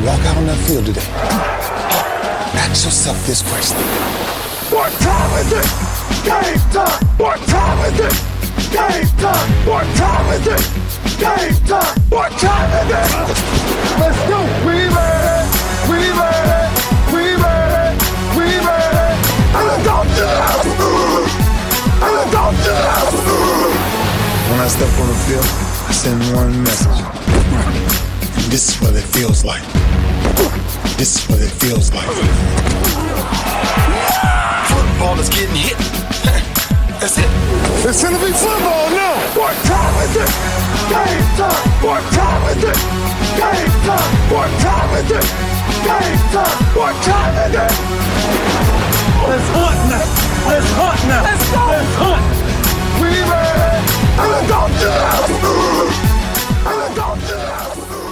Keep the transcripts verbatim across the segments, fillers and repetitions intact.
walk out on that field today, ask yourself this question. What time is it? Game time! What time is it? Game time! What time is it? Game time! What time is it? Let's go! We ready! We ready! We ready! We ready! I'm going to I'm going to When I step on the field, I send one message. This is what it feels like. This is what it feels like. Football is getting hit. That's it. It's gonna be football now. What time is it? Game time. What time is it? Game time. What time is it? Game time. What time is it? It's hot now. It's hot now. Let's go. It's hot. We ready? I'm going to I'm going to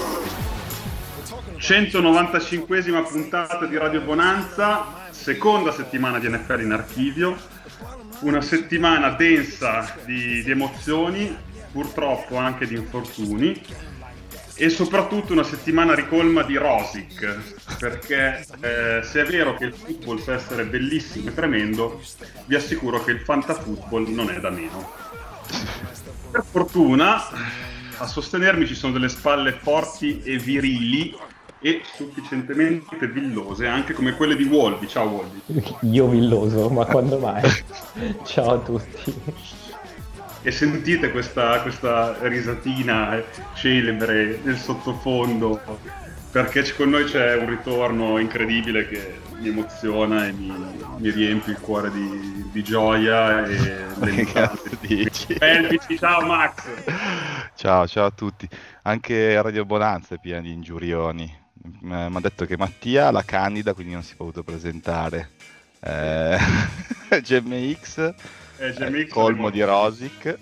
centonovantacinquesima puntata di Radio Bonanza, seconda settimana di N F L in archivio, una settimana densa di, di emozioni, purtroppo anche di infortuni, e soprattutto una settimana ricolma di rosic, perché eh, se è vero che il football può essere bellissimo e tremendo, vi assicuro che il fantafootball non è da meno. Per fortuna a sostenermi ci sono delle spalle forti e virili e sufficientemente villose, anche come quelle di Wolby. Ciao Wolby. Io villoso, ma quando mai? Ciao a tutti. E sentite questa, questa risatina celebre nel sottofondo, perché con noi c'è un ritorno incredibile che mi emoziona e mi, mi riempie il cuore di, di gioia e che cazzo dici? Belfici, ciao Max. Ciao, ciao a tutti. Anche Radio Bonanza è piena di ingiurioni. Mi ha detto che Mattia la candida, quindi non si è potuto presentare. Eh, G M X, eh, G M X colmo di rosic.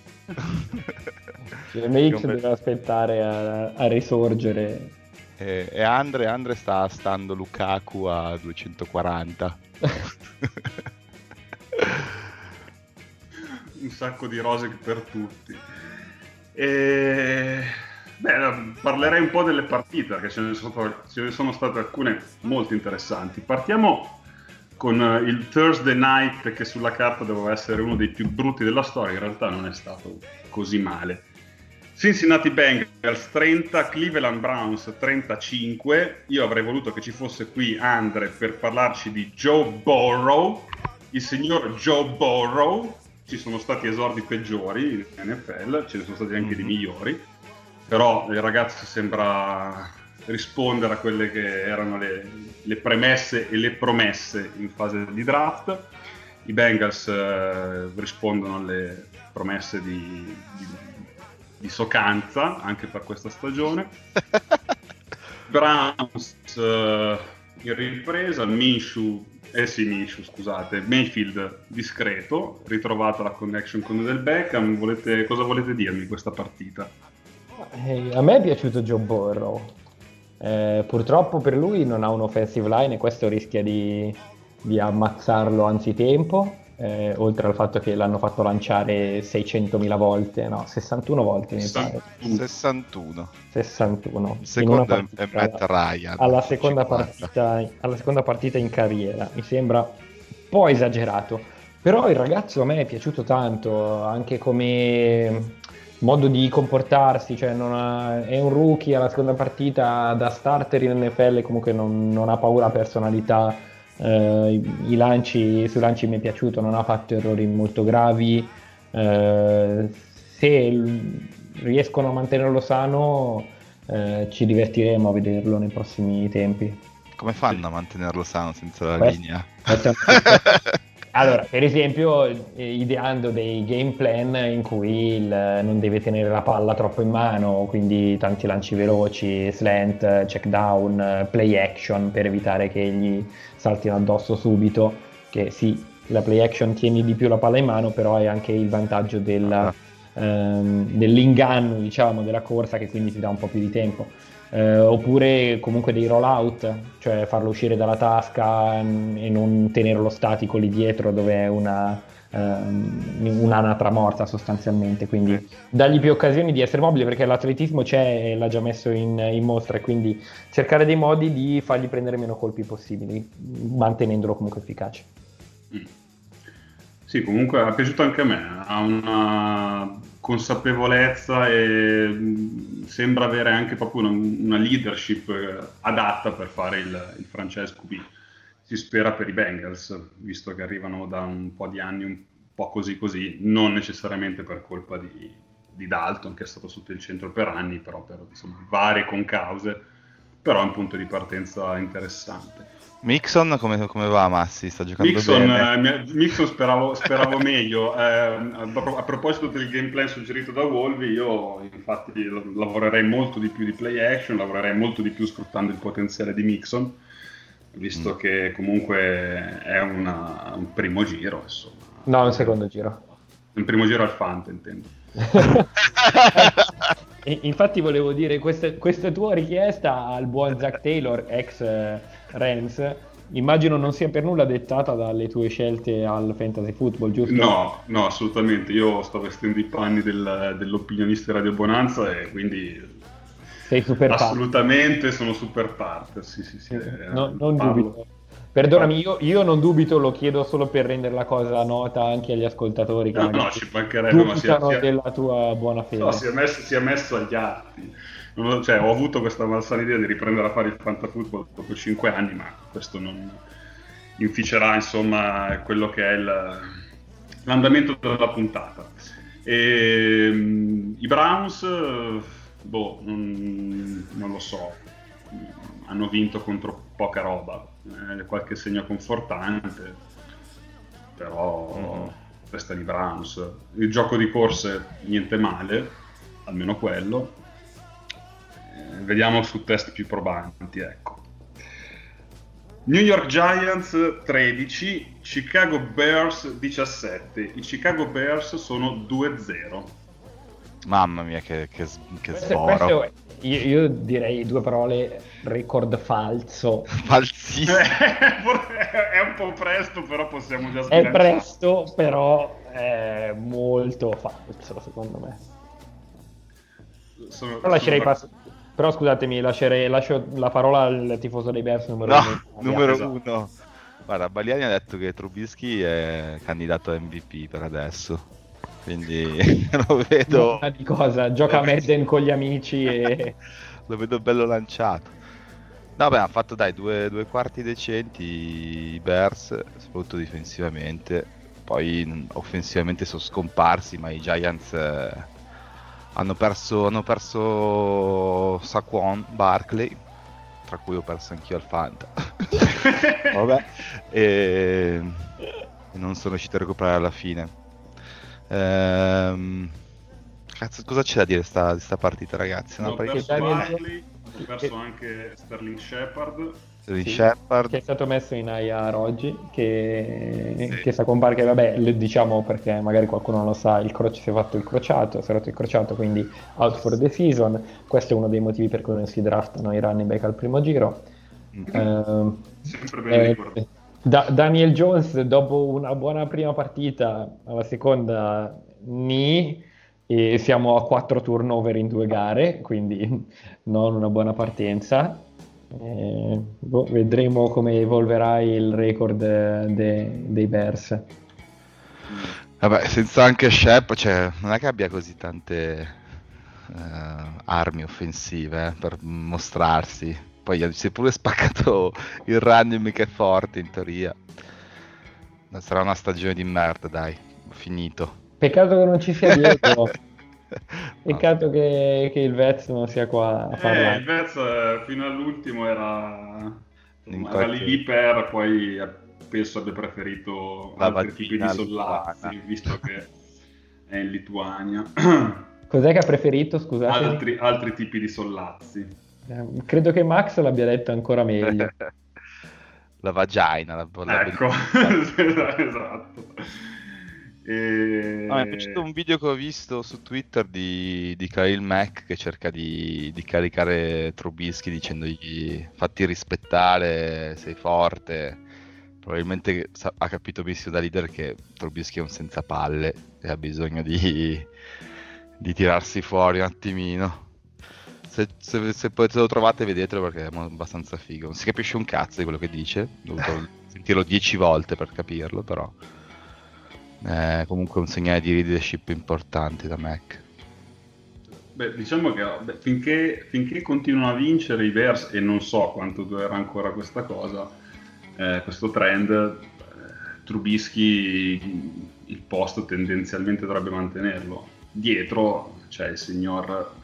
G M X deve aspettare a, a risorgere. E, e Andre, Andre sta stando Lukaku a duecentoquaranta. Un sacco di rosic per tutti. E... Beh, parlerei un po' delle partite, perché ce ne sono, ce ne sono state alcune molto interessanti. Partiamo con il Thursday Night, che sulla carta doveva essere uno dei più brutti della storia, in realtà non è stato così male. Cincinnati Bengals trenta, Cleveland Browns trentacinque. Io avrei voluto che ci fosse qui Andre per parlarci di Joe Burrow, il signor Joe Burrow. Ci sono stati esordi peggiori in N F L, ce ne sono stati anche mm-hmm. di migliori, però il ragazzo sembra rispondere a quelle che erano le, le premesse e le promesse in fase di draft. I Bengals eh, rispondono alle promesse di, di, di Socanza anche per questa stagione. Browns eh, in ripresa, Minshew, eh sì Minshew scusate, Mayfield discreto, ritrovata la connection con Del Beckham. Volete, cosa volete dirmi di questa partita? Eh, a me è piaciuto Joe Burrow. Eh, purtroppo per lui non ha un offensive line e questo rischia di, di ammazzarlo anzitempo, eh, oltre al fatto che l'hanno fatto lanciare seicentomila volte, no, sessantuno volte mi pare. sessantuno. sessantuno. Il secondo partita, è Matt Ryan. Alla seconda, partita, alla seconda partita in carriera. Mi sembra un po' esagerato. Però il ragazzo a me è piaciuto tanto, anche come modo di comportarsi, cioè non ha, è un rookie alla seconda partita da starter in N F L, comunque non, non ha paura personalità, eh, i, i lanci, sui lanci mi è piaciuto, non ha fatto errori molto gravi, eh, se l- riescono a mantenerlo sano eh, ci divertiremo a vederlo nei prossimi tempi. Come fanno a mantenerlo sano senza la Questo, linea? Allora, per esempio, eh, ideando dei game plan in cui il, non deve tenere la palla troppo in mano, quindi tanti lanci veloci, slant, check down, play action per evitare che gli saltino addosso subito, che sì, la play action tieni di più la palla in mano, però hai anche il vantaggio della, ehm, dell'inganno, diciamo, della corsa, che quindi ti dà un po' più di tempo. Eh, oppure comunque dei roll out, cioè farlo uscire dalla tasca e non tenerlo statico lì dietro dove è una, ehm, un'anatra morta sostanzialmente, quindi dargli più occasioni di essere mobile, perché l'atletismo c'è e l'ha già messo in, in mostra, e quindi cercare dei modi di fargli prendere meno colpi possibili, mantenendolo comunque efficace. Mm. Sì, comunque è piaciuto anche a me, ha una consapevolezza e mh, sembra avere anche proprio una, una leadership eh, adatta per fare il, il franchise Q B. Si spera per i Bengals, visto che arrivano da un po' di anni un po' così così, non necessariamente per colpa di, di Dalton, che è stato sotto il centro per anni, però per insomma, varie concause, però è un punto di partenza interessante. Mixon come, come va, Massi? Sta giocando Mixon, bene? eh, Mixon speravo, speravo meglio. Eh, a, a proposito del game plan suggerito da Wolvi, io infatti lavorerei molto di più di play action, lavorerei molto di più sfruttando il potenziale di Mixon, visto mm. che comunque è una, un primo giro, insomma. No, un secondo giro. Un primo giro al Fante, intendo. E infatti volevo dire, questa, questa tua richiesta al buon Zach Taylor, ex eh, Rams, immagino non sia per nulla dettata dalle tue scelte al fantasy football, giusto? No, no, assolutamente. Io sto vestendo i panni del, dell'opinionista di Radio Bonanza e quindi sei super assolutamente part. Sono super part. Sì, sì, sì. No, non dubito. Perdonami, io, io non dubito, lo chiedo solo per rendere la cosa nota anche agli ascoltatori che no, no, ci mancherebbe, ma sia, sia, della tua buona fede. No, si è messo, si è messo agli atti. Non, cioè, ho avuto questa malsana idea di riprendere a fare il fantafootball dopo cinque anni, ma questo non inficerà insomma quello che è il, l'andamento della puntata. E, um, i Browns, boh, non, non lo so, hanno vinto contro poca roba. Eh, qualche segno confortante, però mm. resta di Browns. Il gioco di corse niente male, almeno quello. Eh, vediamo su test più probanti, ecco. New York Giants tredici, Chicago Bears diciassette. I Chicago Bears sono due zero. Mamma mia, che, che, che questo, sboro. Questo, io, io direi due parole: record falso. Falsissimo. È un po' presto, però possiamo già sbilanciare. È presto, però è molto falso, secondo me. Sono, però, lascerei sono... pass- però scusatemi, lascerei, lascio la parola al tifoso dei Bears numero no, uno. Numero esatto. uno. Guarda, Baliani ha detto che Trubisky è candidato a M V P per adesso. Quindi lo vedo... Una di cosa? Gioca a Madden con gli amici e... lo vedo bello lanciato. No, beh, hanno fatto dai due, due quarti decenti i Bears, soprattutto difensivamente. Poi offensivamente sono scomparsi, ma i Giants eh, hanno perso hanno perso Saquon Barkley, tra cui ho perso anch'io al Fanta. Vabbè. E... e non sono riuscito a recuperare alla fine. Ehm... Cazzo, cosa c'è da dire sta, di sta partita, ragazzi? No, no, ho perché perso Daniel... Barkley, ho perso anche Sterling Shepard. Sterling sì, Shepard che è stato messo in I R oggi, che, sì. che sa comparire, vabbè, lo diciamo perché magari qualcuno non lo sa, il croce si è fatto il crociato, si è rotto il crociato, quindi out for the season. Questo è uno dei motivi per cui non si draftano i running back al primo giro. Mm-hmm. Uh, Sempre ben eh, ricordato. Da- Daniel Jones, dopo una buona prima partita, alla seconda ni, e siamo a quattro turnover in due gare, quindi non una buona partenza. Eh, boh, vedremo come evolverà il record de- dei Bears. Vabbè, senza anche Shep, cioè, non è che abbia così tante uh, armi offensive eh, per mostrarsi. Poi si è pure spaccato il running che è forte in teoria. Sarà una stagione di merda, dai, finito. Peccato che non ci sia Diego. Peccato no. che, che il Vez non sia qua a parlare. Eh, il Vez eh, fino all'ultimo era, era lì lì per, poi penso abbia preferito la altri tipi di sollazzi, Lituana. Visto che è in Lituania. Cos'è che ha preferito, scusate? Altri, altri tipi di sollazzi. Eh, credo che Max l'abbia detto ancora meglio. La vagina. La, la ecco, esatto. E... No, mi è piaciuto un video che ho visto su Twitter di, di Khalil Mack che cerca di, di caricare Trubisky dicendogli fatti rispettare, sei forte, probabilmente sa- ha capito benissimo da leader che Trubisky è un senza palle e ha bisogno di, di tirarsi fuori un attimino. Se, se, se poi se lo trovate vedetelo perché è abbastanza figo. Non si capisce un cazzo di quello che dice, ho dovuto sentirlo dieci volte per capirlo, però è comunque un segnale di leadership importante da Mac. Beh, diciamo che beh, finché, finché continuano a vincere i Bears, e non so quanto durerà ancora questa cosa, eh, questo trend, eh, Trubisky il posto tendenzialmente dovrebbe mantenerlo. Dietro c'è il signor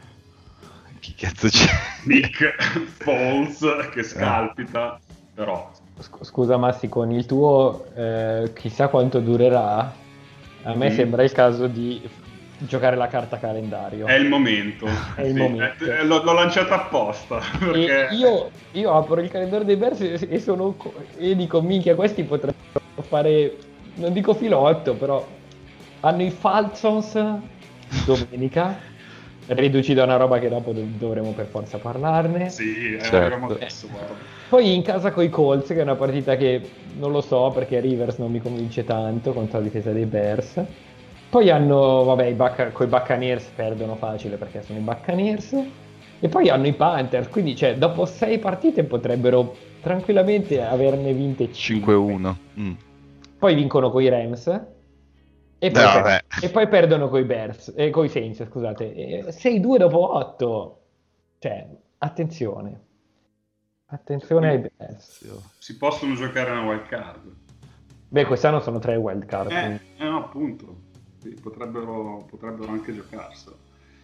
Chi cazzo c'è? Nick Foles che scalpita, però Scusa Massi, con il tuo eh, chissà quanto durerà, a me Mm. sembra il caso di giocare la carta calendario. è il momento. È il Sì, momento. eh, l'ho, l'ho lanciata apposta perché E io, io apro il calendario dei Bears e, e sono co- e dico minchia, questi potrebbero fare, non dico filotto, però hanno i Falcons domenica, riduci da una roba che dopo dov- dovremo per forza parlarne. sì, eh, Certo. arriviamo adesso, guarda. Poi in casa coi Colts, che è una partita che non lo so perché Rivers non mi convince tanto contro la difesa dei Bears. Poi hanno, vabbè, i Bucca- coi Buccaneers perdono facile perché sono i Buccaneers. E poi hanno i Panthers, quindi cioè, dopo sei partite potrebbero tranquillamente averne vinte cinque. cinque uno. Mm. Poi vincono coi Rams. E poi, No, per- vabbè. e poi perdono coi Bears, eh, coi Saints, scusate. E sei due dopo otto. Cioè, attenzione. Attenzione ai Bears. Si possono giocare una wild card. Beh, quest'anno sono tre wild card. Eh, quindi. eh, no, appunto. Sì, potrebbero, potrebbero anche giocarselo.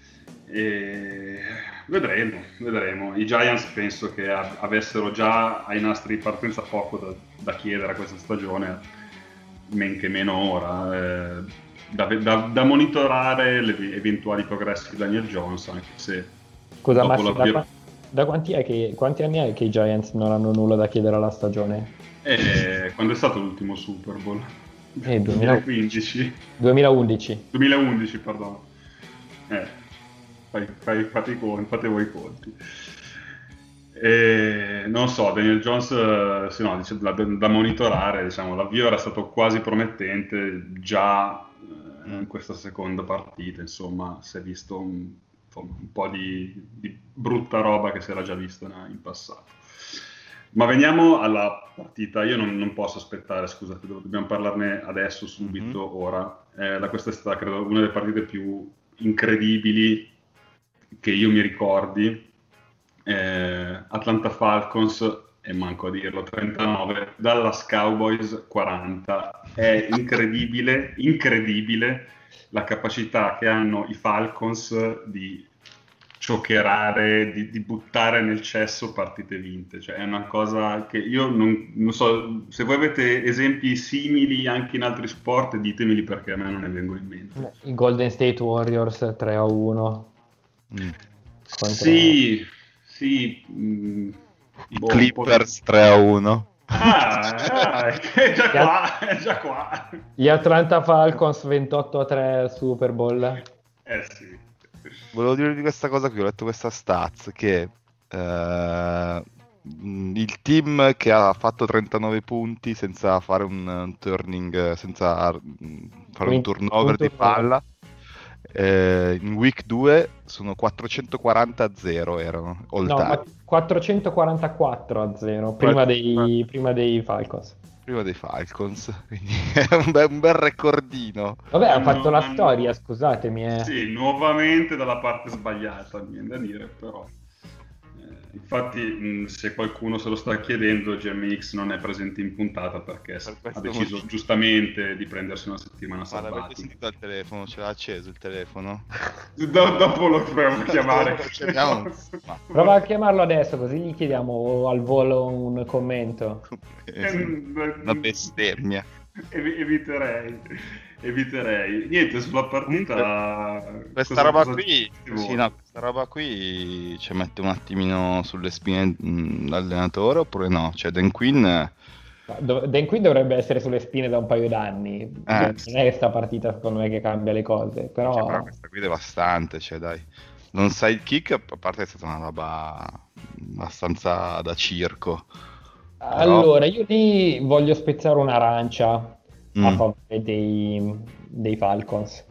E vedremo, vedremo. I Giants penso che av- avessero già ai nastri di partenza poco da, da chiedere a questa stagione, men che meno ora. eh, da, da- da monitorare le eventuali progressi di Daniel Jones, anche se Scusa, dopo Massi, da, l'avvio- qua- da quanti, è che, quanti anni è che i Giants non hanno nulla da chiedere alla stagione? eh, quando è stato l'ultimo Super Bowl? Eh, duemila- duemilaquindici duemilaundici. duemilaundici, perdono. Eh, fai, fai, fate, i conti, fate voi i conti. E, non so, Daniel Jones, eh, sì, no, dice, da, da monitorare, diciamo, l'avvio era stato quasi promettente già eh, in questa seconda partita, insomma, si è visto un, insomma, un po' di, di brutta roba che si era già vista in passato. Ma veniamo alla partita, io non, non posso aspettare, scusate, dobbiamo parlarne adesso, subito, mm-hmm. ora. Eh, da questa è stata, credo, una delle partite più incredibili che io mi ricordi. Eh, Atlanta Falcons, e manco a dirlo, trentanove, Dallas Cowboys quaranta. È incredibile, incredibile la capacità che hanno i Falcons di cioccherare, di, di buttare nel cesso partite vinte. Cioè è una cosa che io non, non so, se voi avete esempi simili anche in altri sport ditemeli perché a me non ne vengono in mente. I Golden State Warriors tre a uno. Mm. Contro... Sì, sì. Mh, I boh, Clippers tre a uno. Ah, ah, è già qua, è già qua. Gli Atlanta Falcons ventotto a tre al Super Bowl. Eh sì. Volevo dirvi questa cosa qui, ho letto questa stats che eh, il team che ha fatto trentanove punti senza fare un, un turning, senza fare un turnover di palla, eh, in week due sono quattrocentoquaranta a zero erano all no, time. quattrocentoquarantaquattro a zero prima dei, prima dei Falcons. Prima dei Falcons, quindi è un bel, un bel recordino. Vabbè, hanno hanno, fatto la hanno... storia, scusatemi. Eh. Sì, nuovamente dalla parte sbagliata, mi viene da dire, però. Eh, infatti, mh, se qualcuno se lo sta chiedendo, G M X non è presente in puntata perché per ha deciso motivo. giustamente di prendersi una settimana sabbatica. Ma l'avete sentito al telefono? Ce l'ha acceso il telefono? Do- dopo lo proviamo a chiamare. Prova a chiamarlo adesso, così gli chiediamo al volo un commento. Una bestemmia. Ev- eviterei, eviterei. Niente, sulla partita. Questa cosa, roba cosa qui, sì, no, questa roba qui ci mette un attimino sulle spine l'allenatore oppure no? Cioè Dan Quinn. Dan Quinn dovrebbe essere sulle spine da un paio d'anni. Eh, non è che sta partita secondo me che cambia le cose, però, cioè, però questa qui è devastante, cioè dai. Non sai il kick, a parte è stata una roba abbastanza da circo. Allora, io lì voglio spezzare un'arancia Mm. a favore dei, dei Falcons,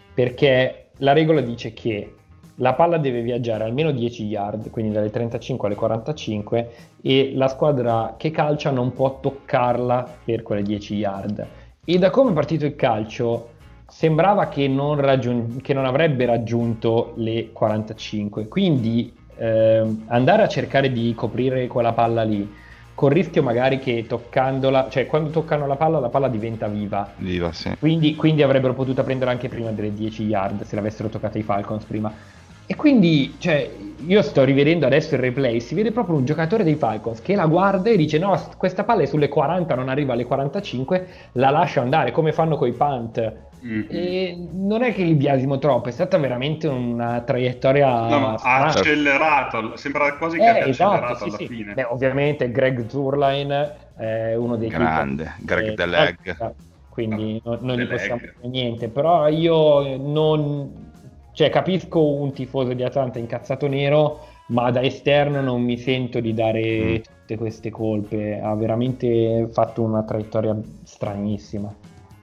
perché la regola dice che la palla deve viaggiare almeno dieci yard, quindi dalle trentacinque alle quarantacinque, e la squadra che calcia non può toccarla per quelle dieci yard. E da come è partito il calcio, sembrava che non, raggiun- che non avrebbe raggiunto le quarantacinque, quindi ehm, andare a cercare di coprire quella palla lì, col rischio magari che toccandola, cioè quando toccano la palla, la palla diventa viva. Viva, sì. Quindi, quindi avrebbero potuto prendere anche prima delle dieci yard se l'avessero toccata i Falcons prima. E quindi, cioè, io sto rivedendo adesso il replay, si vede proprio un giocatore dei Falcons che la guarda e dice no, questa palla è sulle quaranta, non arriva alle quarantacinque, la lascia andare, come fanno coi punt. Mm-hmm. E non è che li biasimo troppo, è stata veramente una traiettoria No, ma ha strana. accelerato, sembra quasi che Eh, abbia esatto, accelerato sì, alla sì. fine. Beh, ovviamente Greg Zurline è uno dei Grande, kicker, Greg eh, the Leg. quindi non, non The gli possiamo Leg. dire niente, però io non, cioè, capisco un tifoso di Atlanta incazzato nero, ma da esterno non mi sento di dare Mm. tutte queste colpe, ha veramente fatto una traiettoria stranissima.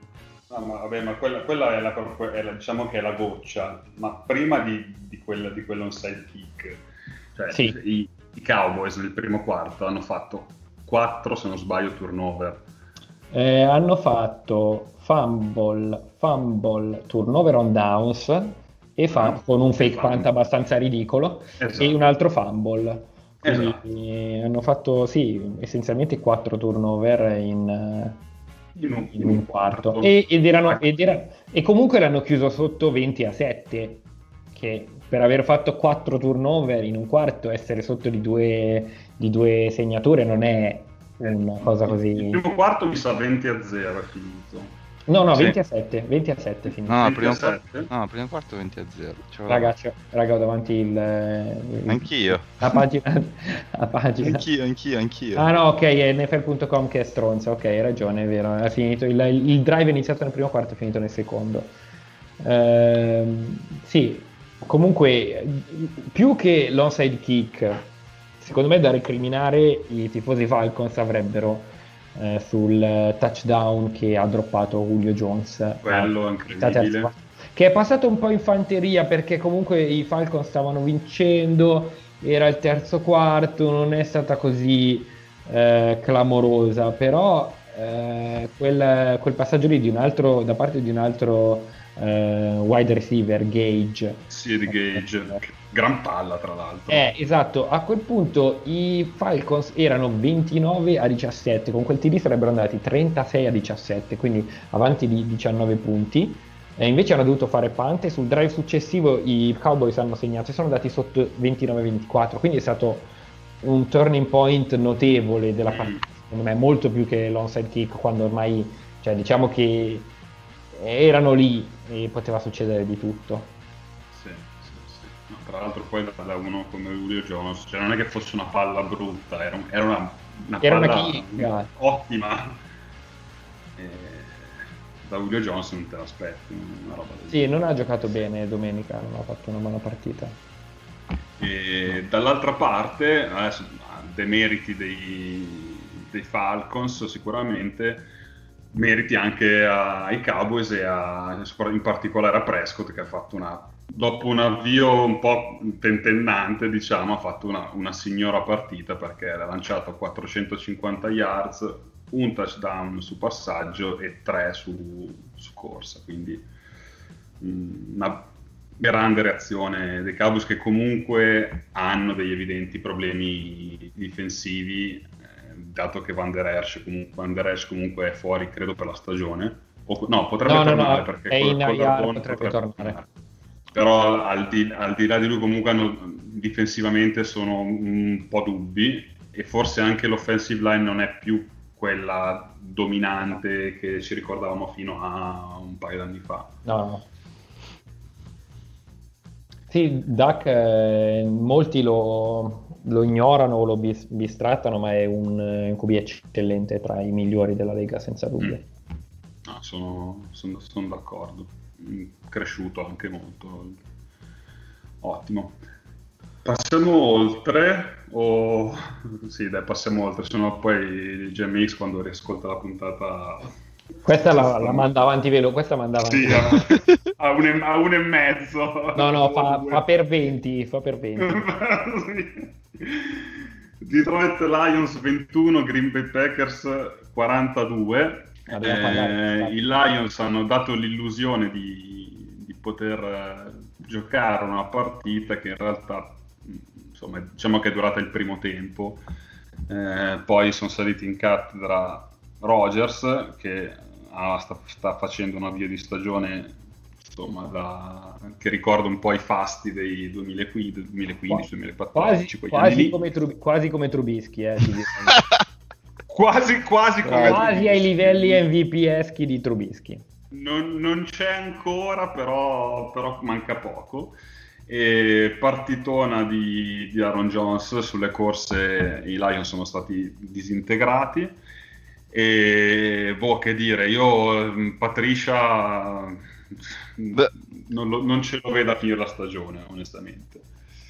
No, ma vabbè, ma quella, quella è, la, è la- diciamo che è la goccia, ma prima di, di quella di quell'onside kick, cioè Sì. i, i Cowboys nel primo quarto hanno fatto quattro, se non sbaglio, turnover. Eh, hanno fatto fumble, fumble, turnover on downs e fa- Ah, con un fake fumble. punt abbastanza ridicolo Esatto. e un altro fumble. Quindi Esatto. eh, hanno fatto sì, essenzialmente quattro turnover in, eh, In un- in un quarto. quarto. E, ed erano, ed era- e comunque l'hanno chiuso sotto venti a sette, che per aver fatto quattro turnover in un quarto, essere sotto di due, di due segnature non è una cosa Il così. primo quarto mi sa venti a zero è finito. No, no, Sì. venti a sette, venti a sette finito. No, no, venti primo a quarto, sette? no, primo quarto venti a zero. Ce l'ho Raga, c'ho- raga, ho davanti il, il- Anch'io. la pagina, la pagina. Anch'io, anch'io, anch'io. Ah no, ok, è N F L punto com che è stronza, ok, hai ragione, è vero, è finito, il, il drive è iniziato nel primo quarto, è finito nel secondo. Ehm, sì, comunque, più che l'onside kick, secondo me da recriminare i tifosi Falcons avrebbero eh, sul touchdown che ha droppato Julio Jones. Quello a- incredibile. Che è passato un po' in fanteria perché comunque i Falcons stavano vincendo, era il terzo quarto, non è stata così eh, clamorosa, però eh, quel, quel passaggio lì di un altro, da parte di un altro eh, wide receiver, Gage. Sì, di Gage, gran palla tra l'altro. Eh, esatto, a quel punto i Falcons erano ventinove a diciassette, con quel T D sarebbero andati trentasei a diciassette, quindi avanti di diciannove punti. E invece hanno dovuto fare punt e sul drive successivo i Cowboys hanno segnato e sono andati sotto ventinove a ventiquattro, quindi è stato un turning point notevole della partita, secondo me, molto più che l'onside kick, quando ormai, cioè, diciamo che erano lì e poteva succedere di tutto. Sì, sì, sì. No, tra l'altro poi da, da uno come Julio Jones, cioè non è che fosse una palla brutta, era, un- era una, una Era una palla chicca. ottima. E da Julio Jones non te l'aspetti, una roba del Sì, non ha giocato bene domenica, non ha fatto una buona partita. E dall'altra parte, adesso, demeriti dei, dei Falcons sicuramente, meriti anche ai Cowboys e a, in particolare a Prescott, che ha fatto una, dopo un avvio un po' tentennante, diciamo, ha fatto una, una signora partita, perché ha lanciato quattrocentocinquanta yards, un touchdown su passaggio e tre su, su corsa, quindi mh, una grande reazione dei Cowboys, che comunque hanno degli evidenti problemi difensivi, eh, dato che Van Der Esch comunque, Van Der Esch comunque è fuori, credo, per la stagione. O, no, potrebbe No, no, tornare no, perché è col- in col I R, Garbone potrebbe tornare. Però al di, al di là di lui comunque hanno, difensivamente sono un po' dubbi, e forse anche l'offensive line non è più quella dominante che ci ricordavamo fino a un paio d'anni fa. No, no. Sì, Dak, eh, molti lo, lo ignorano o lo bis- bistrattano, ma è un, un Q B eccellente, tra i migliori della Lega, senza dubbio. Mm. No, sono, sono, sono d'accordo. Mm, cresciuto anche molto. Ottimo. Passiamo oltre. o sì, dai, passiamo oltre, sennò poi G M X quando riascolta la puntata Questa la, la manda avanti velo, questa manda avanti sì, veloce. a un e, a un e mezzo. No, no, o fa, due. fa per venti, fa per venti. Sì. Detroit Lions ventuno, Green Bay Packers quarantadue. Abbiamo parlato. Eh, I Lions hanno dato l'illusione di, di poter eh, giocare una partita che in realtà, insomma, diciamo che è durata il primo tempo. Eh, poi sono saliti in cattedra Rodgers, che ah, sta, sta facendo un avvio di stagione, insomma, da, che ricorda un po' i fasti dei duemilaquindici duemilaquattordici, Quasi, quegli anni quasi, lì. come, Trub- quasi come Trubisky, eh, ti dico. Quasi, quasi come Quasi ai Trubisky. livelli M V P-eschi di Trubisky. Non, non c'è ancora, però, però manca poco. E partitona di, di Aaron Jones sulle corse, i Lions sono stati disintegrati. E boh, che dire, io Patricia non, lo, non ce lo vedo a finire la stagione, onestamente.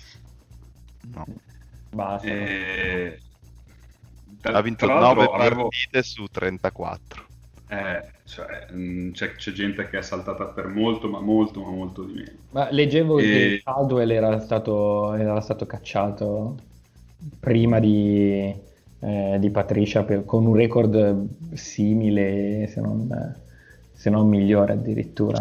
No. Basta. E... Ha vinto tra l'altro nove avevo- partite su trentaquattro. Eh, cioè, mh, c'è, c'è gente che è saltata per molto, ma molto, ma molto di meno. Ma leggevo E- che Caldwell era stato, era stato cacciato prima di, eh, di Patricia per- con un record simile, se non, se non migliore addirittura.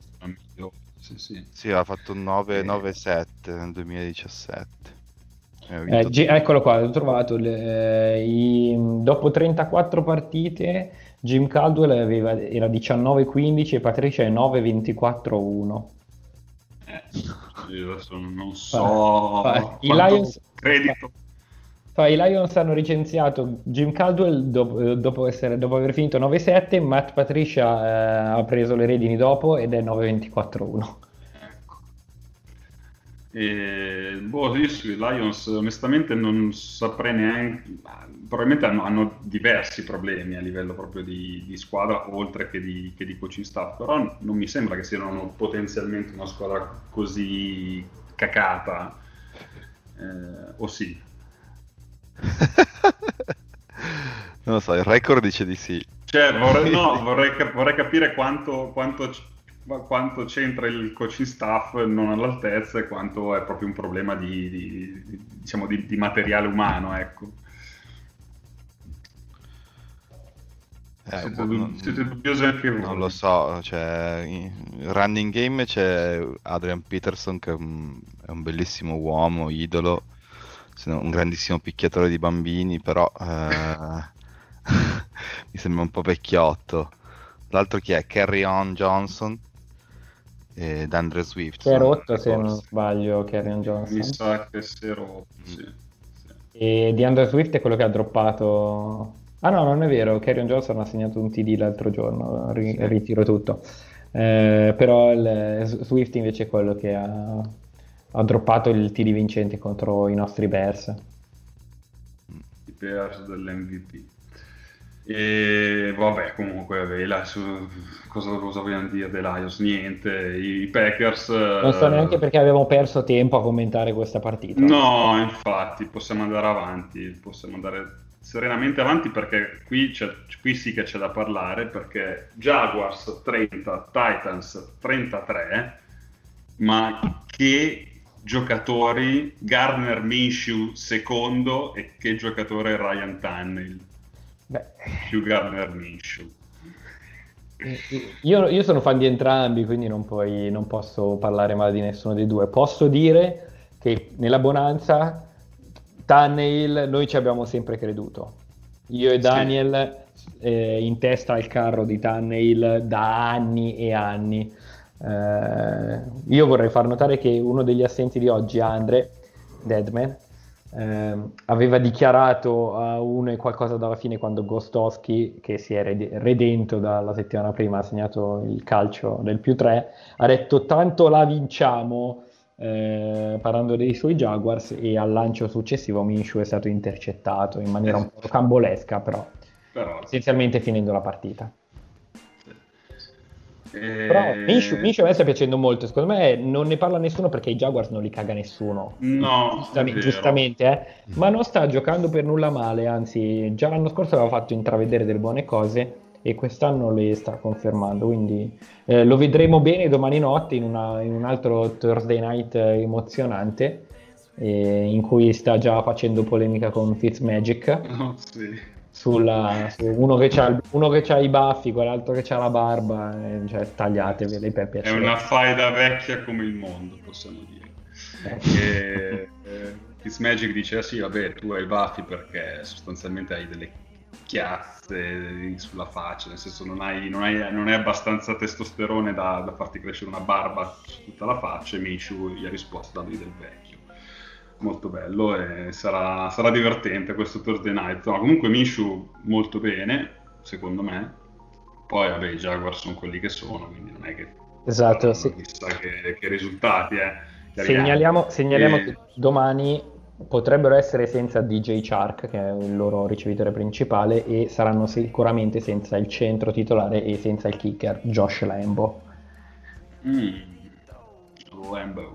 Sì, sì. Sì, ha fatto nove Eh. nove sette nel duemiladiciassette. E ha Eh, vinto G- eccolo qua, l'ho trovato. le- eh, i- dopo trentaquattro partite, Jim Caldwell aveva, era diciannove quindici e Patricia è nove ventiquattro uno. Eh, io adesso non so Fa- fa- i quanto Lions- credito. Fa, I Lions hanno licenziato Jim Caldwell dopo, dopo essere- dopo aver finito nove sette, Matt Patricia eh, ha preso le redini dopo ed è nove ventiquattro uno. Ecco. E, boh, io sui Lions onestamente non saprei neanche, probabilmente hanno, hanno diversi problemi a livello proprio di, di squadra oltre che di, che di coaching staff, però non mi sembra che siano potenzialmente una squadra così cacata, eh, o sì? Non lo so, il record dice di sì. Cioè, vorrei, no, vorrei, cap- vorrei capire quanto, quanto, c- quanto c'entra il coaching staff non all'altezza e quanto è proprio un problema di, di- di- diciamo, di, di materiale umano, ecco. Eh, Siete, boh, dub- non, siete dubbiosi anche voi. non lo so, cioè, in running game c'è Adrian Peterson che è un, è un bellissimo uomo, idolo, se no, un grandissimo picchiatore di bambini, però eh, mi sembra un po' vecchiotto. L'altro chi è? Kerryon Johnson e D'Andre Swift. Che è sono rotto, le se non corse. sbaglio, Kerryon Mi Johnson. sa che si è rotto, sì. Sì. E DeAndre Swift è quello che ha droppato. Ah no, non è vero, Kerryon Johnson ha segnato un T D l'altro giorno, ri- Sì. ritiro tutto. Eh, però il- Swift invece è quello che ha, ha droppato il T D vincente contro i nostri Bears. I Bears dell'M V P. E vabbè, comunque, vabbè, là, su, cosa, cosa vogliamo dire dei Lions? Niente, i Packers... Non so eh, neanche perché abbiamo perso tempo a commentare questa partita. No, infatti, possiamo andare avanti, possiamo andare serenamente avanti perché qui, c'è, qui sì che c'è da parlare, perché Jaguars trenta, Titans trentatré, ma che giocatori, Gardner Minshew secondo e che giocatore Ryan Tannehill, Beh, più Gardner Minshew. io, io sono fan di entrambi, quindi non, puoi- non posso parlare male di nessuno dei due. Posso dire che nella bonanza Tannehill noi ci abbiamo sempre creduto. Io e Sì. Daniel eh, in testa al carro di Tannehill da anni e anni. Eh, io vorrei far notare che uno degli assenti di oggi, Andre Deadman, ehm, aveva dichiarato a uno e qualcosa dalla fine quando Gostowski, che si è red- redento dalla settimana prima, ha segnato il calcio del più tre, ha detto tanto la vinciamo, eh, parlando dei suoi Jaguars, e al lancio successivo Minshew è stato intercettato in maniera un po' rocambolesca, però Però, essenzialmente finendo la partita. E... Però Minshew, Minshew a me sta piacendo molto, secondo me non ne parla nessuno perché i Jaguars non li caga nessuno. No, Giustamente, è vero. giustamente eh? Ma non sta giocando per nulla male, anzi già l'anno scorso aveva fatto intravedere delle buone cose e quest'anno le sta confermando, quindi eh, lo vedremo bene domani notte in, una- in un altro Thursday night eh, emozionante, eh, in cui sta già facendo polemica con Fitzmagic No, sì. sulla, su uno che c'ha, uno che c'ha i baffi, quell'altro che c'ha la barba, eh, cioè tagliatevele per È piacere. una faida vecchia come il mondo, possiamo dire. E, eh, Fitzmagic dice, ah sì, vabbè, tu hai i baffi perché sostanzialmente hai delle chiazze sulla faccia, nel senso non hai, non hai, non hai abbastanza testosterone da, da farti crescere una barba su tutta la faccia, e Minshew gli ha risposto dandogli del vecchio. Molto bello e sarà, sarà divertente questo Thursday night. No, comunque Minshew molto bene, secondo me. Poi vabbè, i Jaguars sono quelli che sono, quindi non è che Esatto, faranno sì. chissà che, che risultati, eh. Chiariamo. Segnaliamo, segnaliamo E- che domani potrebbero essere senza D J Chark, che è il loro ricevitore principale, e saranno sicuramente senza il centro titolare e senza il kicker Josh Lambo. Mm, Lambo.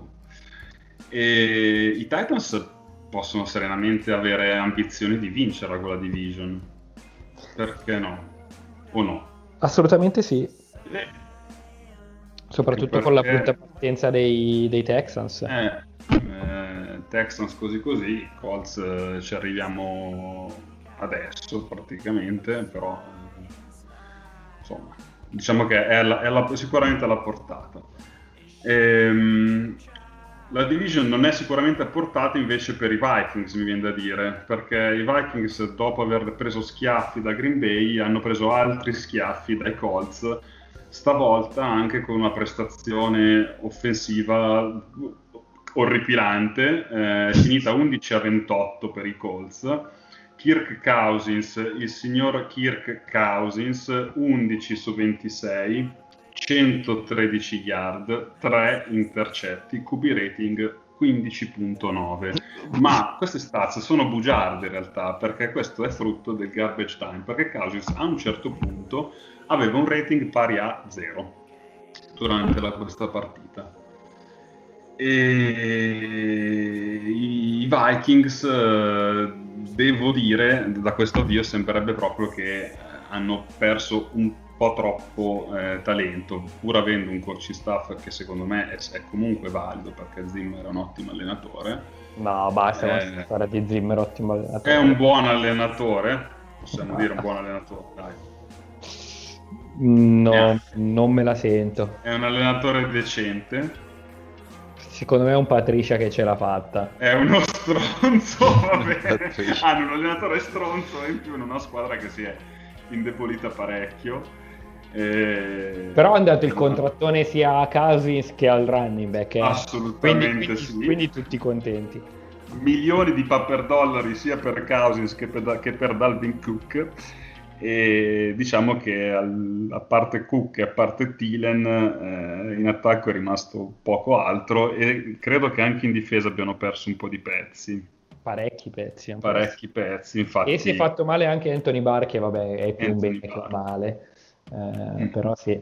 E i Titans possono serenamente avere ambizioni di vincere quella division. Perché no? O no? Assolutamente sì, Eh, soprattutto con la perché- brutta partenza dei, dei Texans. Eh, eh, Texans così così, Colts eh, ci arriviamo adesso praticamente, però eh, insomma, diciamo che è, alla- è alla- sicuramente alla portata. Ehm, la division non è sicuramente a portata invece per i Vikings, mi viene da dire, perché i Vikings dopo aver preso schiaffi da Green Bay hanno preso altri schiaffi dai Colts, stavolta anche con una prestazione offensiva orripilante, eh, finita undici a ventotto per i Colts. Kirk Cousins, il signor Kirk Cousins, undici su ventisei, centotredici yard, tre intercetti, Q B rating quindici virgola nove. Ma queste stats sono bugiarde in realtà, perché questo è frutto del garbage time, perché Cousins a un certo punto aveva un rating pari a zero durante la, questa partita. E i Vikings, eh, devo dire, da questo avvio sembrerebbe proprio che eh, hanno perso un po' troppo eh, talento, pur avendo un coaching staff che secondo me è, è comunque valido, perché Zimmer è un ottimo allenatore. No, basta, Eh, fare di Zimmer, ottimo allenatore. È un buon allenatore, possiamo dire un buon allenatore, dai. No, Eh. non me la sento. È un allenatore decente. Secondo me è un Patricia che ce l'ha fatta. È uno stronzo, vabbè. Patricia. Hanno un allenatore stronzo e in più in una squadra che si è indebolita parecchio. E... Però hanno dato il contrattone sia a Cousins che al running back. Eh. Assolutamente quindi, quindi, sì. quindi tutti contenti. Milioni di paper dollari sia per Cousins che per, che per Dalvin Cook. E diciamo che al, a parte Cook e a parte Thielen eh, in attacco è rimasto poco altro, e credo che anche in difesa abbiano perso un po' di pezzi, Parecchi pezzi. hanno parecchi pezzi, infatti. perso. E si è fatto male anche Anthony Barr, che vabbè è più un Anthony bene che un Barr. male. Eh, Mm. Però sì.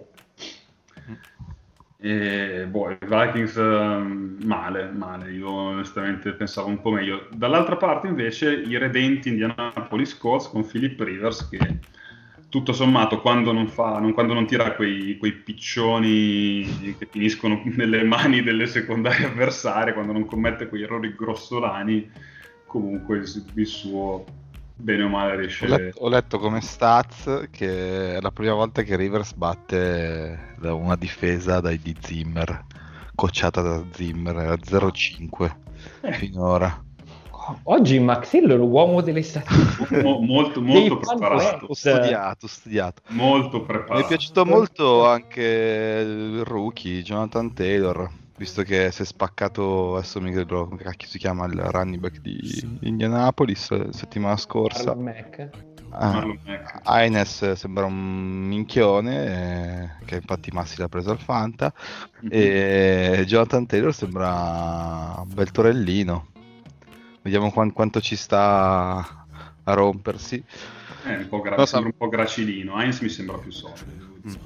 E boh, i Vikings ehm, male, male, io onestamente pensavo un po' meglio. Dall'altra parte invece i redenti Indianapolis Colts con Philip Rivers, che tutto sommato quando non fa, non, quando non tira quei, quei piccioni che finiscono nelle mani delle secondarie avversarie, quando non commette quei errori grossolani, comunque il, il suo bene o male riesce. Ho letto, ho letto come stats che è la prima volta che Rivers batte da una difesa dai di Zimmer, coachata da Zimmer, era zero cinque Eh. finora. Oggi Maxillo è l'uomo delle statistiche. Mo- molto Dei molto fun preparato, Ho studiato, ho studiato. molto Mi è preparato. piaciuto molto anche il rookie Jonathan Taylor, visto che si è spaccato, adesso mi ricordo come cacchio si chiama il running back di Indianapolis la settimana scorsa. Marlon Mack. Ah, Marlon Mack. Haines sembra un minchione, eh, che infatti Massi l'ha preso al Fanta, e Jonathan Taylor sembra un bel torellino. Vediamo quan- quanto ci sta a rompersi. È un po' gra- Non so. sembra un po' gracilino. Heinz mi sembra più solido, devo dire.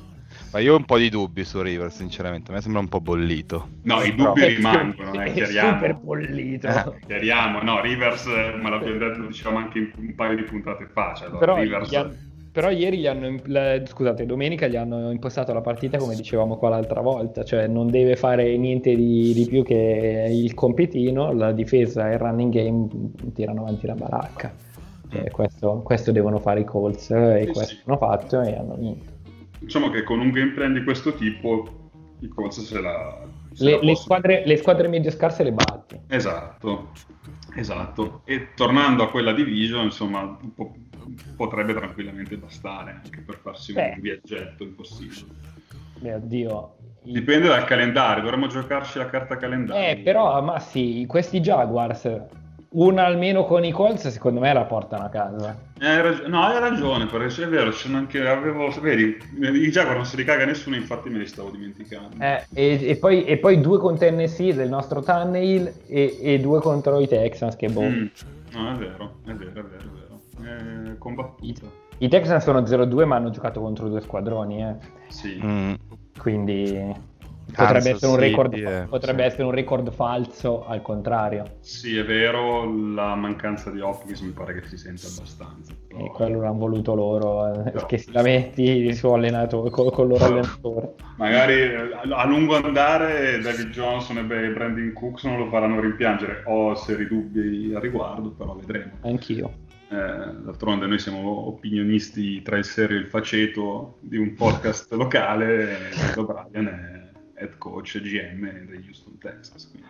Ma io ho un po' di dubbi su Rivers, sinceramente, a me sembra un po' bollito. No, i Però dubbi è rimangono, più- eh, è chiariamo. super bollito. Eh. Chiariamo, no, Rivers, eh, me l'abbiamo detto, diciamo anche in un paio di puntate fa, cioè, allora, Però, Rivers... gli han- però ieri gli hanno, imp- la- scusate, domenica gli hanno impostato la partita come dicevamo qua l'altra volta, cioè non deve fare niente di, di più che il compitino, la difesa e il running game tirano avanti la baracca. Cioè, questo, questo devono fare i Colts e Sì, questo sì. hanno fatto e hanno vinto. Diciamo che con un game plan di questo tipo i Colts se la... se Le, la le possono- squadre, le squadre medio scarse le batti. Esatto, esatto. E tornando a quella division, insomma, po- potrebbe tranquillamente bastare anche per farsi Beh. un viaggetto impossibile. Beh, oddio. I- Dipende dal calendario, dovremmo giocarci la carta calendario. Eh, però, ma sì, questi Jaguars, una almeno con i Colts, secondo me la portano a casa. Eh, hai rag- no, hai ragione, perché è vero, c'è anche, avevo, vedi, i Jaguar non si ricaga nessuno, infatti me li stavo dimenticando. Eh, e, e poi, e poi due con Tennessee del nostro Tannehill e, e due contro i Texans, che boh. Mm. No, è vero, è vero, è vero, è vero. È combattuta. I Texans sono zero due, ma hanno giocato contro due squadroni, eh. Sì. Mm. Quindi potrebbe, Kansas essere un, record, City, eh, potrebbe sì. essere un record falso al contrario. Sì, è vero, la mancanza di Hopkins mi pare che si senta abbastanza. però- E quello l'hanno voluto loro, eh, Però- che si lamenti il suo allenatore, con, con il loro allenatore. Magari eh, a lungo andare David Johnson e Beh- Brandon Cooks non lo faranno rimpiangere. Ho seri dubbi al riguardo, però vedremo. Anch'io. Eh, d'altronde noi siamo opinionisti tra il serio e il faceto di un podcast locale e Bill O'Brien è head coach e G M degli Houston Texans. quindi.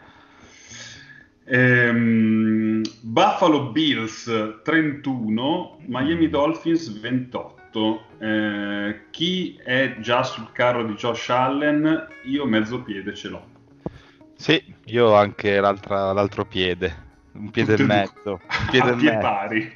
Ehm, Buffalo Bills trentuno, Miami Dolphins ventotto. Eh, chi è già sul carro di Josh Allen? Io mezzo piede ce l'ho. Sì, io ho anche l'altra- l'altro piede, un piede e Tutte e due. mezzo, un piede A e piedi mezzo. pari.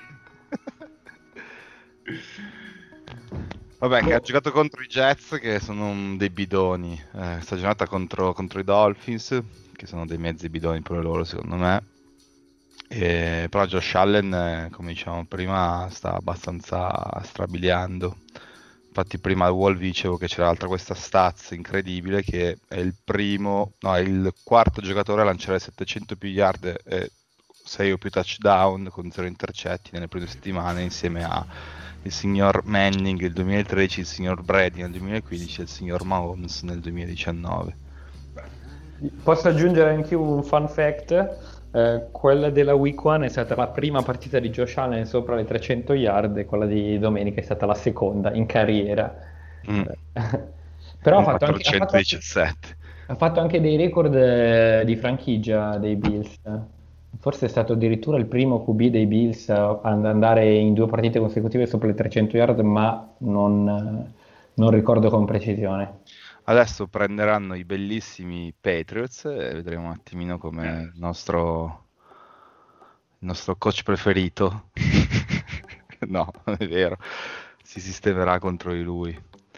Vabbè, che Boh. ha giocato contro i Jets, che sono un- dei bidoni, eh, sta giornata contro, contro i Dolphins, che sono dei mezzi bidoni pure loro, secondo me. E, però Josh Allen, eh, come dicevamo prima, sta abbastanza strabiliando. Infatti prima al Wall dicevo che c'era l'altra questa stats incredibile, che è il primo, no, è il quarto giocatore a lanciare settecento più yard e sei o più touchdown con zero intercetti nelle prime settimane, insieme a il signor Manning nel duemilatredici, il signor Brady nel duemilaquindici e il signor Mahomes nel duemiladiciannove. Posso aggiungere anche un fun fact? Eh, quella della week one è stata la prima partita di Josh Allen sopra le trecento yard e quella di domenica è stata la seconda in carriera. Mm. Però ha Un fatto, anche, ha, fatto anche, quattrocentodiciassette. ha fatto anche dei record eh, di franchigia dei Bills. Forse è stato addirittura il primo Q B dei Bills ad andare in due partite consecutive sopra le trecento yard, ma non, non ricordo con precisione. Adesso prenderanno i bellissimi Patriots e vedremo un attimino come il nostro, il nostro coach preferito, no, non è vero, si sistemerà contro di lui.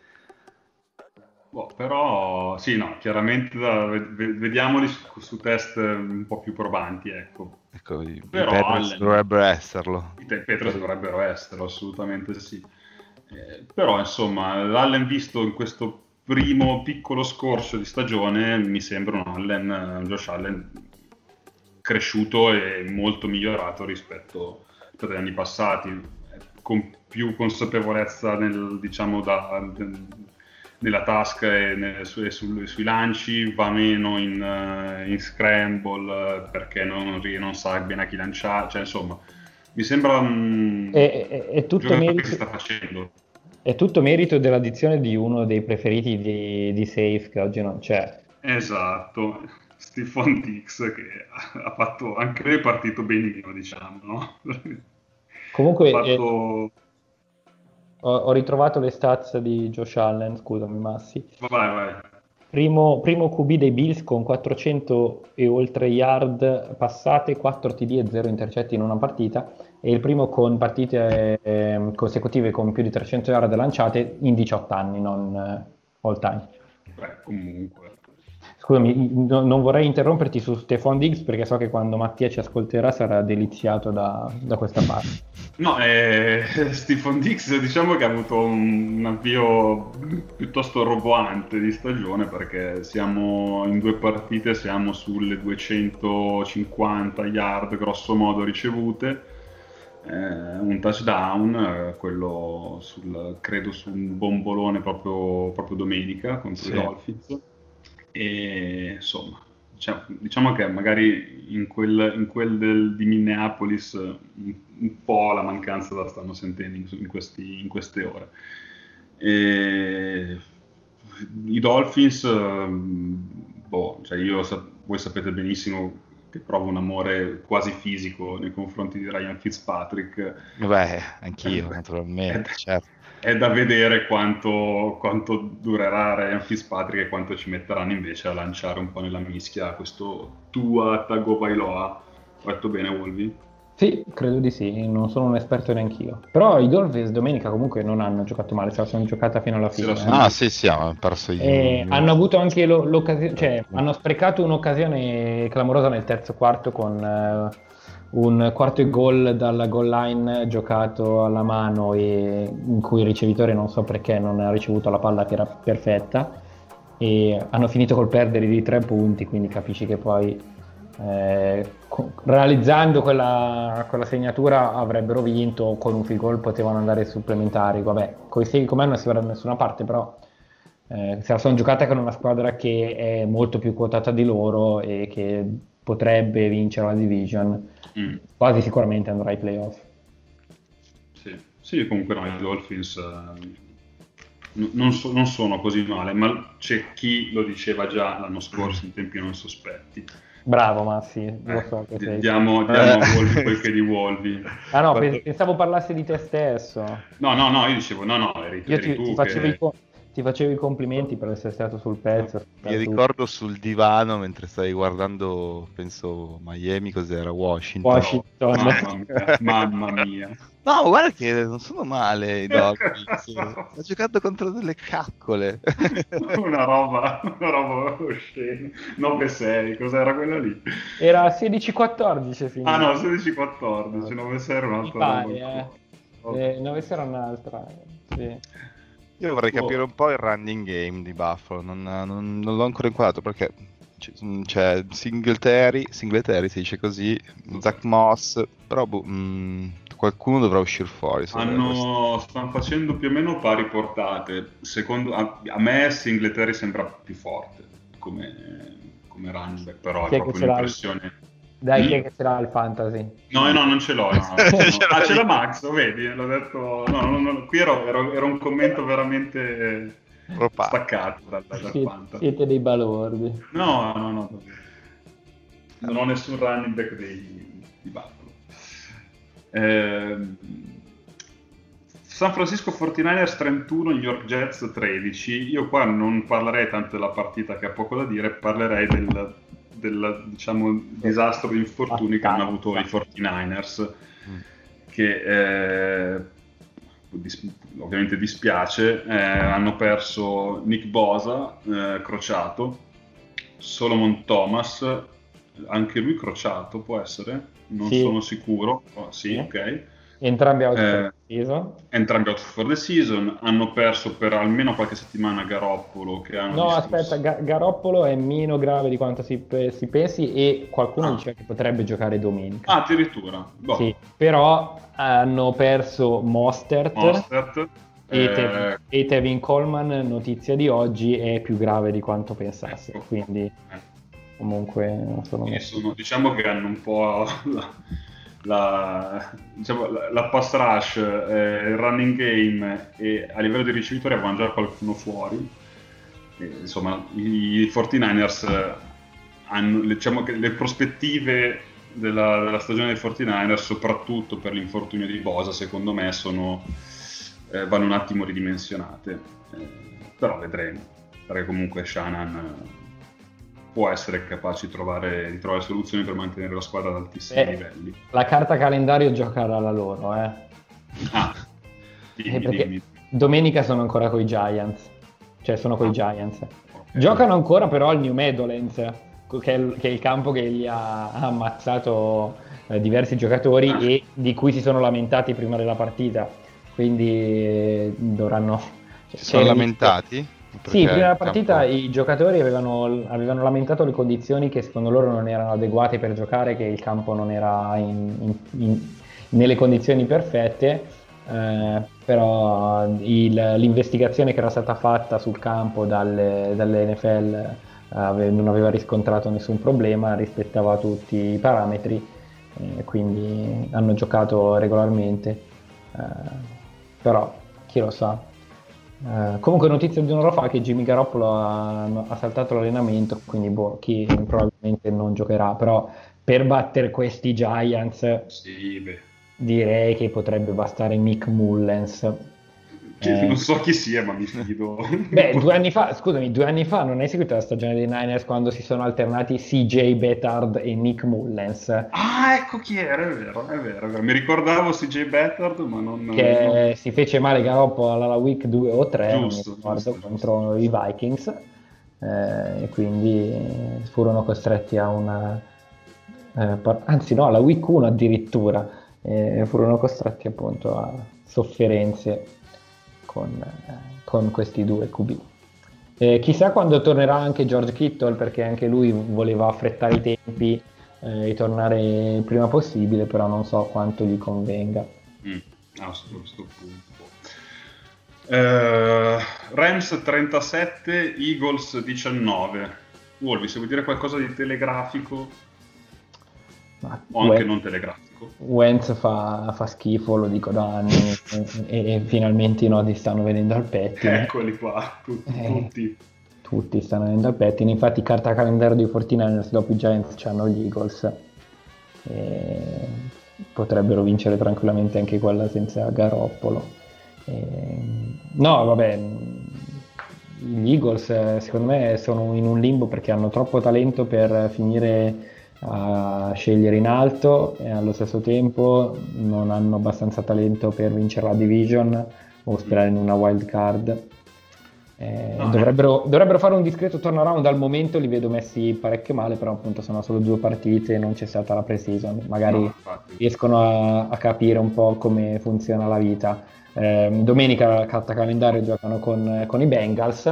Boh, però sì, no, chiaramente da- ve- vediamoli su, su test un po' più probanti, ecco. Ecco, i, i Però Patriots Allen- dovrebbero esserlo. I Te- Patriots dovrebbero essere, assolutamente sì. Eh, però insomma, l'Allen visto in questo primo piccolo scorcio di stagione mi sembra un Allen, un Josh Allen cresciuto e molto migliorato rispetto, rispetto agli anni passati, eh, con più consapevolezza nel, diciamo, da, nella tasca e, nel- su- e sul- sui lanci, va meno in, eh, in scramble eh, perché non, ri- non sa bene a chi lanciare, cioè insomma mi sembra un È, è- è tutto giocatore che merito, si sta facendo. è tutto merito dell'addizione di uno dei preferiti di, di Safe che oggi non c'è. Esatto, Stephon Dix che ha fatto, anche lui è partito benino, diciamo, no? Comunque Ha eh, fatto... ho, ho ritrovato le stats di Josh Allen, scusami Massi. Vai, vai. Primo, primo Q B dei Bills con quattrocento e oltre yard passate, quattro T D e zero intercetti in una partita, e il primo con partite eh, consecutive con più di trecento yard lanciate in diciotto anni, non eh, all time. Beh, comunque. Scusami, no- non vorrei interromperti su Stephon Diggs perché so che quando Mattia ci ascolterà sarà deliziato da, da questa parte. No, eh, Stephon Diggs diciamo che ha avuto un, un avvio piuttosto roboante di stagione, perché siamo in due partite, siamo sulle duecentocinquanta yard grosso modo ricevute, eh, un touchdown, eh, quello sul, credo su un bombolone proprio, proprio domenica contro Sì. i Dolphins. E insomma, diciamo, diciamo che magari in quel, in quel del, di Minneapolis un, un po' la mancanza la stanno sentendo in, in questi- in queste ore. E i Dolphins, ehm, boh, cioè io sa- voi sapete benissimo che provo un amore quasi fisico nei confronti di Ryan Fitzpatrick. Beh, anch'io, Eh, naturalmente, è- certo. È da vedere quanto, quanto durerà Ryan Fitzpatrick e quanto ci metteranno invece a lanciare un po' nella mischia questo Tua Tagovailoa. Ho detto bene, Wolvi? Sì, credo di sì, non sono un esperto neanch'io. Però i Dolphins domenica comunque non hanno giocato male, se la sono giocata fino alla Se fine. la eh. sono- Ah, sì, sì, hanno perso gli... E gli- hanno avuto anche lo- l'occasione, cioè hanno sprecato un'occasione clamorosa nel terzo quarto con eh, un quarto e gol dalla goal line giocato alla mano e in cui il ricevitore non so perché non ha ricevuto la palla che era perfetta e hanno finito col perdere di tre punti, quindi capisci che poi eh, co- realizzando quella, quella segnatura avrebbero vinto, con un field goal potevano andare ai supplementari, vabbè, con i sei com'è non si va da nessuna parte, però eh, se la sono giocata con una squadra che è molto più quotata di loro e che potrebbe vincere la division, Mm, quasi sicuramente andrà ai playoff. sì. Sì, comunque no, i Dolphins eh, n- non, so- non sono così male, ma c'è chi lo diceva già l'anno scorso in tempi non sospetti. Bravo Massi, lo Eh, so che di- sei. diamo, diamo a Eh. Wolvi quel che di Wolvi. Ah no, Quando- pe- pensavo parlassi di te stesso. No, no, no, io dicevo, no, no, eri, Io eri ti, tu ti facevo che... i, co- ti facevo i complimenti per essere stato sul pezzo. Mi ricordo sul divano mentre stavi guardando, penso, Miami, cos'era? Washington. Washington. Mamma mia, mamma mia. No, guarda che non sono male i Dolphins. Ho giocato contro delle caccole. Una roba, una roba oscena. nove sei, cos'era quella lì? Era sedici quattordici finito. Ah no, sedici quattordici, nove sei era Mi un'altra pare, roba. eh. Oh. Eh, nove sei era un'altra. Sì. Io vorrei Oh. capire un po' il running game di Buffalo, non, non- non l'ho ancora inquadrato perché c- c'è Singletary, Singletary si dice così, Zach Moss, però boh, mh, qualcuno dovrà uscire fuori. se questo- Hanno, stanno facendo più o meno pari portate. Secondo, a, a me Singletary sembra più forte come, come running back, però Chi è è che proprio ce l'ha? un'impressione. Dai, Mm? chi è che ce l'ha il fantasy? No, no, non ce l'ho. no, no, no. Ce Ah, l'hai. c'è la Max, lo vedi? L'ho detto. No, no, no, qui ero, ero- era un commento veramente Proprio. staccato dal, dal Siete, fantasy. siete dei balordi. No, no, no. Non ho nessun running back dei, di Buffalo. Ehm, San Francisco quarantanovers trentuno, New York Jets tredici. Io qua non parlerei tanto della partita che ha poco da dire, parlerei del, del, diciamo, disastro di infortuni che hanno avuto i quarantanovers, Mm. che eh, dis- ovviamente dispiace. Eh, hanno perso Nick Bosa, eh, crociato, Solomon Thomas, anche lui crociato, può essere? Non Sì. sono sicuro. Oh, sì, Sì. ok. Entrambi out Eh, for season. Entrambi out for the season, hanno perso per almeno qualche settimana Garoppolo, che hanno No, discusso- aspetta, Ga- Garoppolo è meno grave di quanto si, pe- si pensi e qualcuno Ah. diceva che potrebbe giocare domenica. Ah, addirittura. Boh. Sì, però hanno perso Mostert, Mostert, e, eh, Te- e Tevin Coleman, notizia di oggi, è più grave di quanto pensassi. Ecco. Quindi eh, comunque non sono quindi messi. sono- diciamo che hanno un po' la, la, diciamo, la, la pass rush, eh, il running game, e a livello di ricevitori avevano già qualcuno fuori. E, insomma, i quarantanovers eh, hanno, diciamo che le prospettive della, della stagione dei quarantanovers, soprattutto per l'infortunio di Bosa, secondo me sono, eh, vanno un attimo ridimensionate. Eh, però vedremo, perché comunque Shanahan eh, può essere capace di trovare, di trovare soluzioni per mantenere la squadra ad altissimi Eh. livelli. La carta calendario gioca dalla loro, eh. Ah, Eh, dimmi, perché dimmi. domenica sono ancora coi Giants, cioè sono coi Giants. Ok. Giocano ancora però al New Meadowlands, che è il, che è il campo che gli ha, ha ammazzato eh, diversi giocatori Ah. e di cui si sono lamentati prima della partita, quindi eh, dovranno... Si sono c'era- lamentati? Sì, Perché prima della il partita campo- i giocatori avevano, avevano lamentato le condizioni che secondo loro non erano adeguate per giocare, che il campo non era in- in- in- nelle condizioni perfette, eh, però il- l'investigazione che era stata fatta sul campo dalle, dalle N F L eh, ave- non aveva riscontrato nessun problema, rispettava tutti i parametri, eh, quindi hanno giocato regolarmente, eh, però chi lo sa. Eh, comunque notizia di un'ora fa che Jimmy Garoppolo ha, ha saltato l'allenamento, quindi boh, chi probabilmente non giocherà, però per battere questi Giants Sì, beh. direi che potrebbe bastare Nick Mullens. Che Eh, non so chi sia, ma mi fido. Beh, due anni fa, scusami, due anni fa non hai seguito la stagione dei Niners quando si sono alternati C J Beathard e Nick Mullens, Ah, ecco chi era, è vero, è vero, è vero. Mi ricordavo C J Beathard, ma non... che si fece male Garoppolo alla week due o tre, non mi Giusto, ricordo, giusto, contro i Vikings, eh, e quindi furono costretti a una... eh, par- anzi no, alla week uno addirittura, eh, furono costretti appunto a sofferenze con, eh, con questi due Q B. Eh, chissà quando tornerà anche George Kittle, perché anche lui voleva affrettare i tempi eh, e tornare il prima possibile, però non so quanto gli convenga. Mm, ah, su questo punto. Eh, Rams trentasette, Eagles diciannove. Wolvi, se vuoi dire qualcosa di telegrafico Ma o anche Wentz- non telegrafico. Wentz fa, fa schifo, lo dico da anni, e, e finalmente i nodi stanno venendo al pettine. Eccoli qua, tutti, Eh, tutti. Tutti stanno venendo al pettine, infatti carta calendario dei quarantanovers dopo i Giants c'hanno gli Eagles, e potrebbero vincere tranquillamente anche quella senza Garoppolo. E... No, vabbè, gli Eagles eh, secondo me sono in un limbo perché hanno troppo talento per finire a scegliere in alto e allo stesso tempo non hanno abbastanza talento per vincere la division o sperare in una wild card. Eh, No, dovrebbero, dovrebbero fare un discreto turnaround. Al momento li vedo messi parecchio male, però appunto sono solo due partite e non c'è stata la pre-season, magari No, infatti. riescono a, a capire un po' come funziona la vita. Eh, domenica carta calendario giocano con, con i Bengals,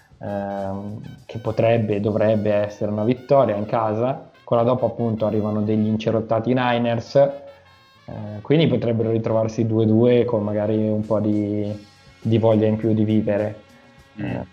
ehm, che potrebbe, dovrebbe essere una vittoria in casa. Quella dopo appunto arrivano degli incerottati Niners, eh, quindi potrebbero ritrovarsi due due con magari un po' di, di voglia in più di vivere. Mm. Eh,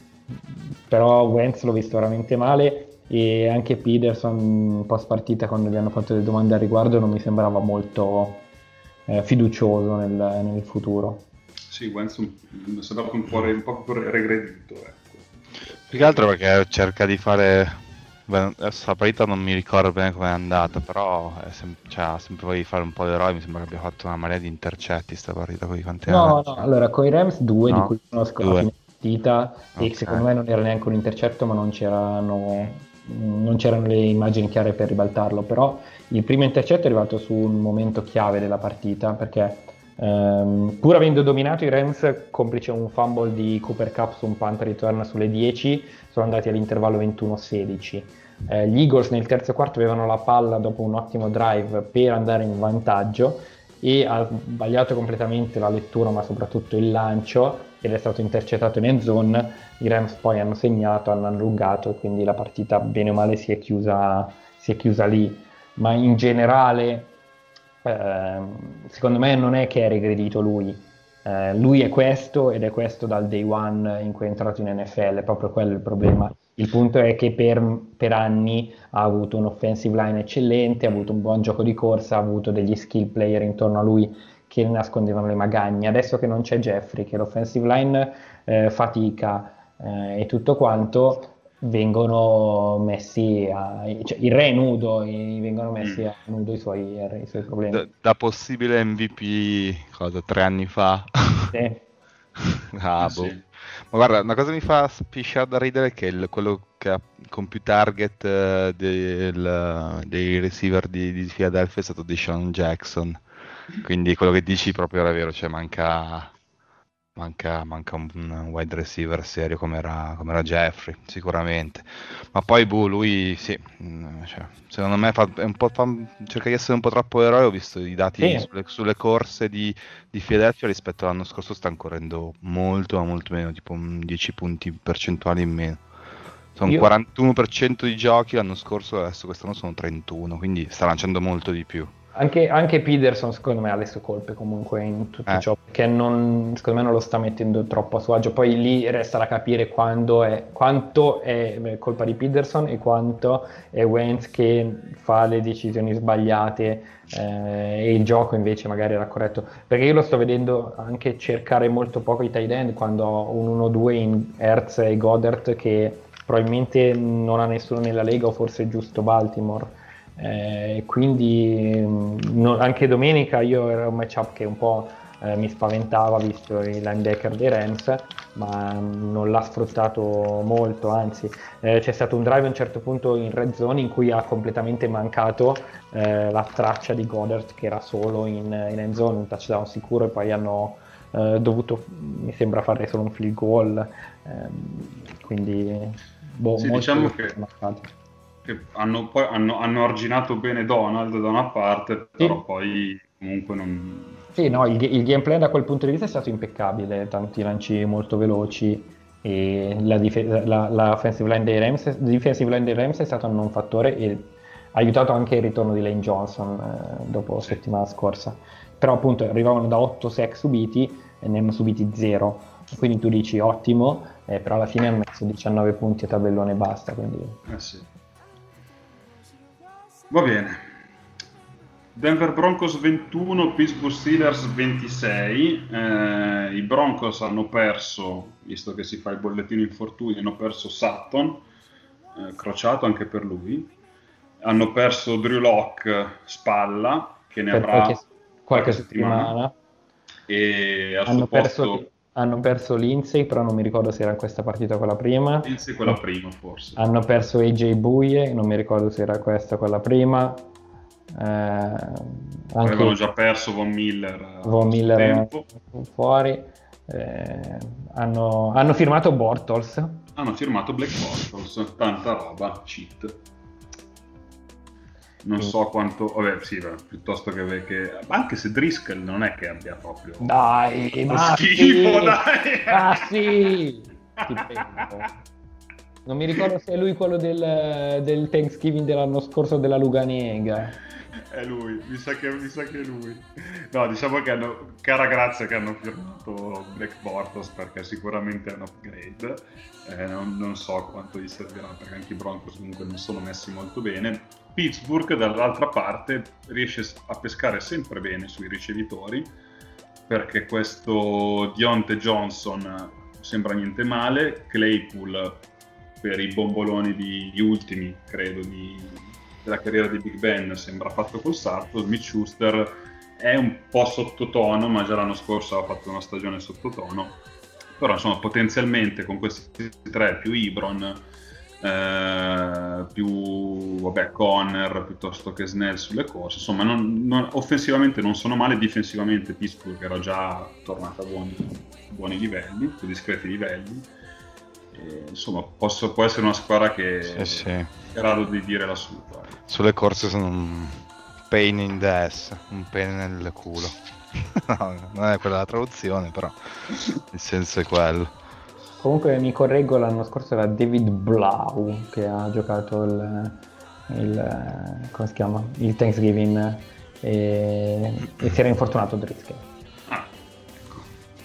però Wentz l'ho visto veramente male, e anche Peterson post partita, quando gli hanno fatto delle domande al riguardo, non mi sembrava molto eh, fiducioso nel, nel futuro. Sì, Wentz un- mi sembrava un po', re- un po' regredito, ecco. Più che altro perché cerca di fare... Beh, adesso la partita non mi ricordo bene come è andata, però è sem- cioè, ha sempre voglia di fare un po' d'eroe. Mi sembra che abbia fatto una marea di intercetti sta partita con i quanti No, anni. no, allora con i Rams due, No? di cui conosco la Due. fine partita, e Ok. secondo me non era neanche un intercetto, ma non c'erano, non c'erano le immagini chiare per ribaltarlo. Però il primo intercetto è arrivato su un momento chiave della partita, perché ehm, pur avendo dominato i Rams, complice un fumble di Cooper Kupp su un punt return sulle dieci, sono andati all'intervallo ventuno sedici. Eh, gli Eagles nel terzo quarto avevano la palla dopo un ottimo drive per andare in vantaggio, e ha sbagliato completamente la lettura, ma soprattutto il lancio, ed è stato intercettato in end zone. I Rams poi hanno segnato, hanno allungato, e quindi la partita bene o male si è chiusa, si è chiusa lì. Ma in generale ehm, secondo me non è che è regredito lui. Eh, lui è questo, ed è questo dal day one in cui è entrato in N F L, è proprio quello il problema. Il punto è che per, per anni ha avuto un offensive line eccellente, ha avuto un buon gioco di corsa, ha avuto degli skill player intorno a lui che nascondevano le magagne. Adesso che non c'è Jeffrey, che l'offensive line eh, fatica eh, e tutto quanto, vengono messi a, cioè, il re è nudo, e vengono messi Mm. a nudo i suoi, i suoi problemi. Da, da possibile M V P, cosa, tre anni fa? Sì. Ah, Ah, boh. sì. Ma guarda, una cosa mi fa spisciare da ridere, che il- quello che ha con più target eh, del- dei receiver di, di Philadelphia è stato Deshaun Jackson. Quindi quello che dici proprio era vero, cioè manca, Manca, manca un, un wide receiver serio come era, come era Jeffrey, sicuramente. Ma poi boh, lui sì, mm, cioè, secondo me fa, è un po', fa- cerca di essere un po' troppo eroe. Ho visto i dati Sì, sulle, sulle corse di, di Philadelphia rispetto all'anno scorso, stanno correndo molto, ma molto meno, tipo un dieci punti percentuali in meno. Sono un io quarantuno per cento di giochi l'anno scorso, adesso quest'anno sono trentuno, quindi sta lanciando molto di più. Anche, anche Peterson secondo me ha le sue colpe comunque in tutto Eh, ciò, perché non, secondo me non lo sta mettendo troppo a suo agio. Poi lì resta da capire quando è, quanto è beh, colpa di Peterson e quanto è Wentz che fa le decisioni sbagliate eh, e il gioco invece magari era corretto. Perché io lo sto vedendo anche cercare molto poco i tight end quando ho un uno due in Ertz e Goddard che probabilmente non ha nessuno nella Lega o forse giusto Baltimore. Eh, quindi mh, non- anche domenica io era un matchup che un po' eh, mi spaventava visto il linebacker dei Rams, ma mh, non l'ha sfruttato molto, anzi eh, c'è stato un drive a un certo punto in red zone in cui ha completamente mancato eh, la traccia di Goddard che era solo in, in end zone, un touchdown sicuro e poi hanno eh, dovuto, mi sembra, fare solo un field goal, ehm, quindi boh, Sì, molto diciamo che, mancato. che hanno, poi hanno, hanno arginato bene Donald da una parte, però Sì. poi comunque non... Sì, no, il, il gameplay da quel punto di vista è stato impeccabile, tanti lanci molto veloci e la, dife- la, la offensive line dei Rams, defensive line dei Rams è stato un non fattore e ha aiutato anche il ritorno di Lane Johnson eh, dopo la Sì. settimana scorsa. Però appunto arrivavano da otto sack subiti e ne hanno subiti zero, quindi tu dici ottimo, eh, però alla fine hanno messo diciannove punti a tabellone e basta, quindi... Eh sì. Va bene. Denver Broncos ventuno, Pittsburgh Steelers ventisei. Eh, I Broncos hanno perso, visto che si fa il bollettino infortuni, hanno perso Sutton, eh, crociato anche per lui. Hanno perso Drew Lock, spalla, che ne Per avrà qualche, qualche qualche settimana settimana. E al suo hanno perso, posto hanno perso Lindsay, però non mi ricordo se era in questa partita o quella prima. Lindsay, quella prima forse. Hanno perso A J Buie, non mi ricordo se era questa o quella prima. Eh, Avevano anche già perso Von Miller Von a suo Miller era tempo. fuori. Eh, hanno, hanno firmato Bortles. Hanno firmato Black Bortles, tanta roba, cheat. Non so quanto, vabbè, sì, beh, piuttosto che, che anche se Driscoll non è che abbia proprio Dai, ma schifo, sì, dai. ma sì, ti prego. Non mi ricordo se è lui quello del, del Thanksgiving dell'anno scorso della Luganiega. È lui, mi sa che, mi sa che è lui. No, diciamo che hanno, cara grazia che hanno firmato Black Bortles perché sicuramente è un upgrade. Eh, non, non so quanto gli servirà perché anche i Broncos comunque non sono messi molto bene. Pittsburgh dall'altra parte riesce a pescare sempre bene sui ricevitori perché questo Deontay Johnson sembra niente male, Claypool per i bomboloni di, di ultimi, credo, di, della carriera di Big Ben sembra fatto col sarto. Smith Schuster è un po' sottotono, ma già l'anno scorso ha fatto una stagione sottotono, però insomma potenzialmente con questi tre più Ibron eh, più vabbè Conner piuttosto che Snell sulle corse, insomma non, non, offensivamente non sono male, difensivamente Pittsburgh era già tornata a buoni, buoni livelli, su discreti livelli. E, insomma posso, può essere una squadra che sì, sì. è in grado di dire la sua. Sulle corse sono un pain in the ass, un pene nel culo. No, non è quella la traduzione, però il senso è quello. Comunque mi correggo, l'anno scorso era David Blau che ha giocato il, il come si chiama? Il Thanksgiving e, e si era infortunato Driscoll. Ah, ecco.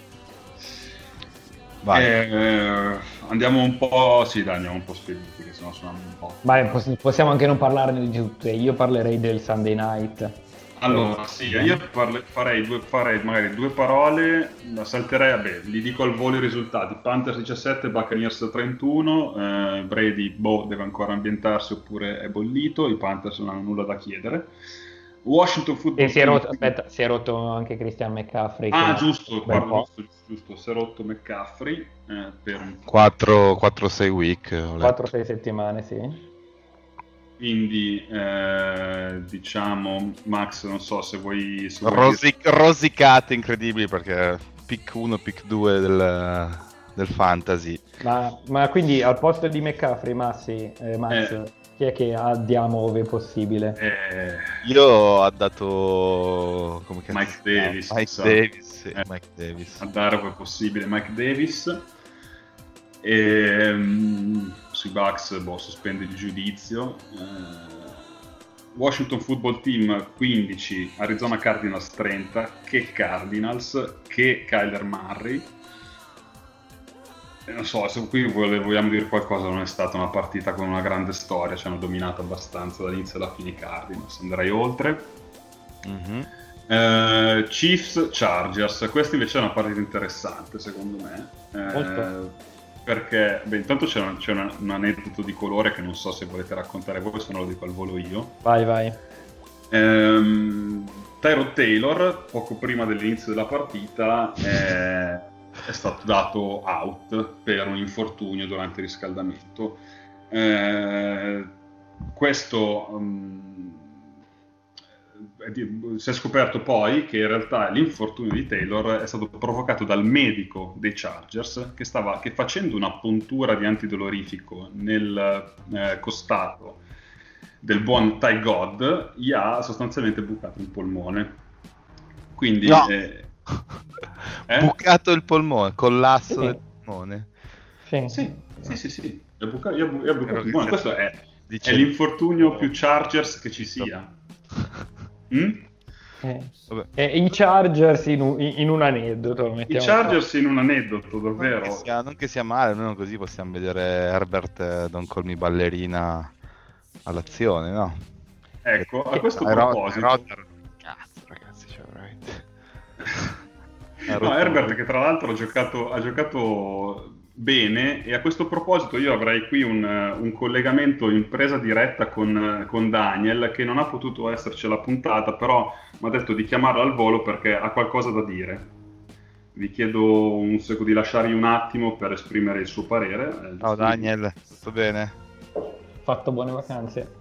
Vai. Eh, andiamo un po', sì dai, andiamo un po' spediti che sennò suoniamo un po'. Ma poss- possiamo anche non parlarne di tutte, io parlerei del Sunday Night. Allora, sì, io parle, farei, due, farei magari due parole, la salterei, vabbè, li dico al volo i risultati: Panthers diciassette, Buccaneers trentuno, eh, Brady, boh, deve ancora ambientarsi oppure è bollito, i Panthers non hanno nulla da chiedere. Washington Football E si è Team- rotto, aspetta, si è rotto anche Christian McCaffrey. Ah, che- giusto, bel guarda, po'. giusto, giusto, si è rotto McCaffrey eh, per un po'. quattro sei week, ho letto. quattro sei settimane, sì. Quindi eh, diciamo, Max, non so se vuoi... Se vuoi Rosi- rosicate incredibili perché pick uno, pick due del, del fantasy. Ma, ma quindi al posto di McCaffrey, Massi, eh, Max, Eh. chi è che diamo ove possibile? Eh, Io ho dato come cazzo Mike si chiama? Davis, Mike so. Davis, sì, Eh. Mike Davis. a dare ove possibile Mike Davis. E, mm, sui Bucks, boh, sospende il giudizio. Eh, Washington Football Team quindici, Arizona Cardinals trenta. Che Cardinals, che Kyler Murray. E non so, se qui vogliamo dire qualcosa, non è stata una partita con una grande storia, ci hanno dominato abbastanza dall'inizio alla fine i Cardinals. Andrei oltre. Mhm. Eh, Chiefs Chargers, questa invece è una partita interessante secondo me. Eh, Molto. Perché, beh, intanto c'è, un, c'è un, un aneddoto di colore che non so se volete raccontare voi, se no lo dico al volo io. Vai, vai. Ehm, Tyrod Taylor, poco prima dell'inizio della partita, è, è stato dato out per un infortunio durante il riscaldamento. Eh, questo um, si è scoperto poi che in realtà l'infortunio di Taylor è stato provocato dal medico dei Chargers che stava che facendo una puntura di antidolorifico nel eh, costato del buon Ty God gli ha sostanzialmente bucato il polmone. Quindi No. eh, eh? Bucato il polmone, collasso Sì. del polmone. Sì. Sì, sì, sì, sì. Gli ha bucato, gli ha bu- gli ha bucato Spero il che polmone. sia- Questo è, dice- è l'infortunio più Chargers che ci sia. Mm? Eh. Vabbè. E i Chargers in un, in un aneddoto. lo I mettiamo Chargers in un aneddoto, Non che, davvero. sia, non che sia male, almeno così possiamo vedere Herbert eh, Don't Call Me Ballerina all'azione, no? Ecco, a questo Tyrod- proposito, Tyrod- Cazzo, ragazzi, cioè veramente. Ha no, rotto- Herbert che tra l'altro ha giocato, ha giocato bene, e a questo proposito io avrei qui un, un collegamento in presa diretta con, con Daniel, che non ha potuto esserci alla puntata, però mi ha detto di chiamarlo al volo perché ha qualcosa da dire. Vi chiedo un secondo di lasciargli un attimo per esprimere il suo parere. Eh, Ciao Daniel, tutto bene? fatto buone vacanze.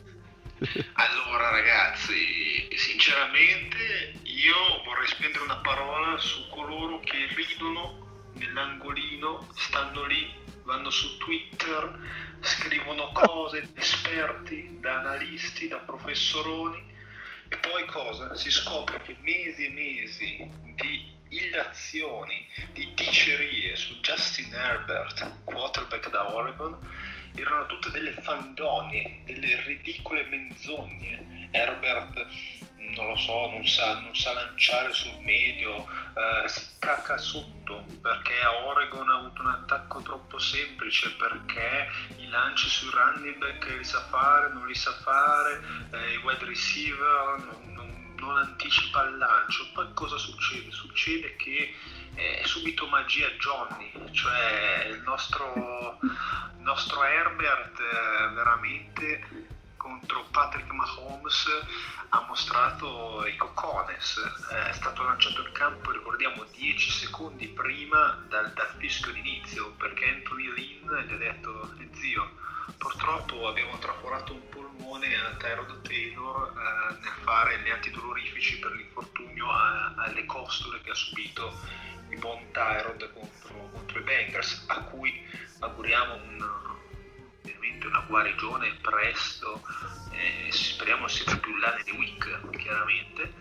Allora ragazzi, sinceramente io vorrei spendere una parola su coloro che ridono nell'angolino, stanno lì, vanno su Twitter, scrivono cose da esperti, da analisti, da professoroni, e poi cosa? Si scopre che mesi e mesi di illazioni, di dicerie su Justin Herbert, quarterback da Oregon, erano tutte delle fandonie, delle ridicole menzogne. Herbert, non lo so, non sa, non sa lanciare sul medio, eh, si cacca sotto perché a Oregon ha avuto un attacco troppo semplice, perché i lanci sui running back li sa fare, non li sa fare, eh, i wide receiver non, non, non anticipa il lancio. Poi cosa succede? Succede che è subito magia Johnny, cioè il nostro, il nostro Herbert eh, veramente contro Patrick Mahomes ha mostrato i cocones, è stato lanciato in campo, ricordiamo, dieci secondi prima dal, dal fischio d'inizio, perché Anthony Lynn gli ha detto: zio, purtroppo abbiamo traforato un polmone a Tyrod Taylor eh, nel fare gli antidolorifici per l'infortunio a, alle costole che ha subito il buon Tyrod contro, contro i Bengals, a cui auguriamo un, veramente una guarigione presto, eh, speriamo sia più là nelle week, chiaramente.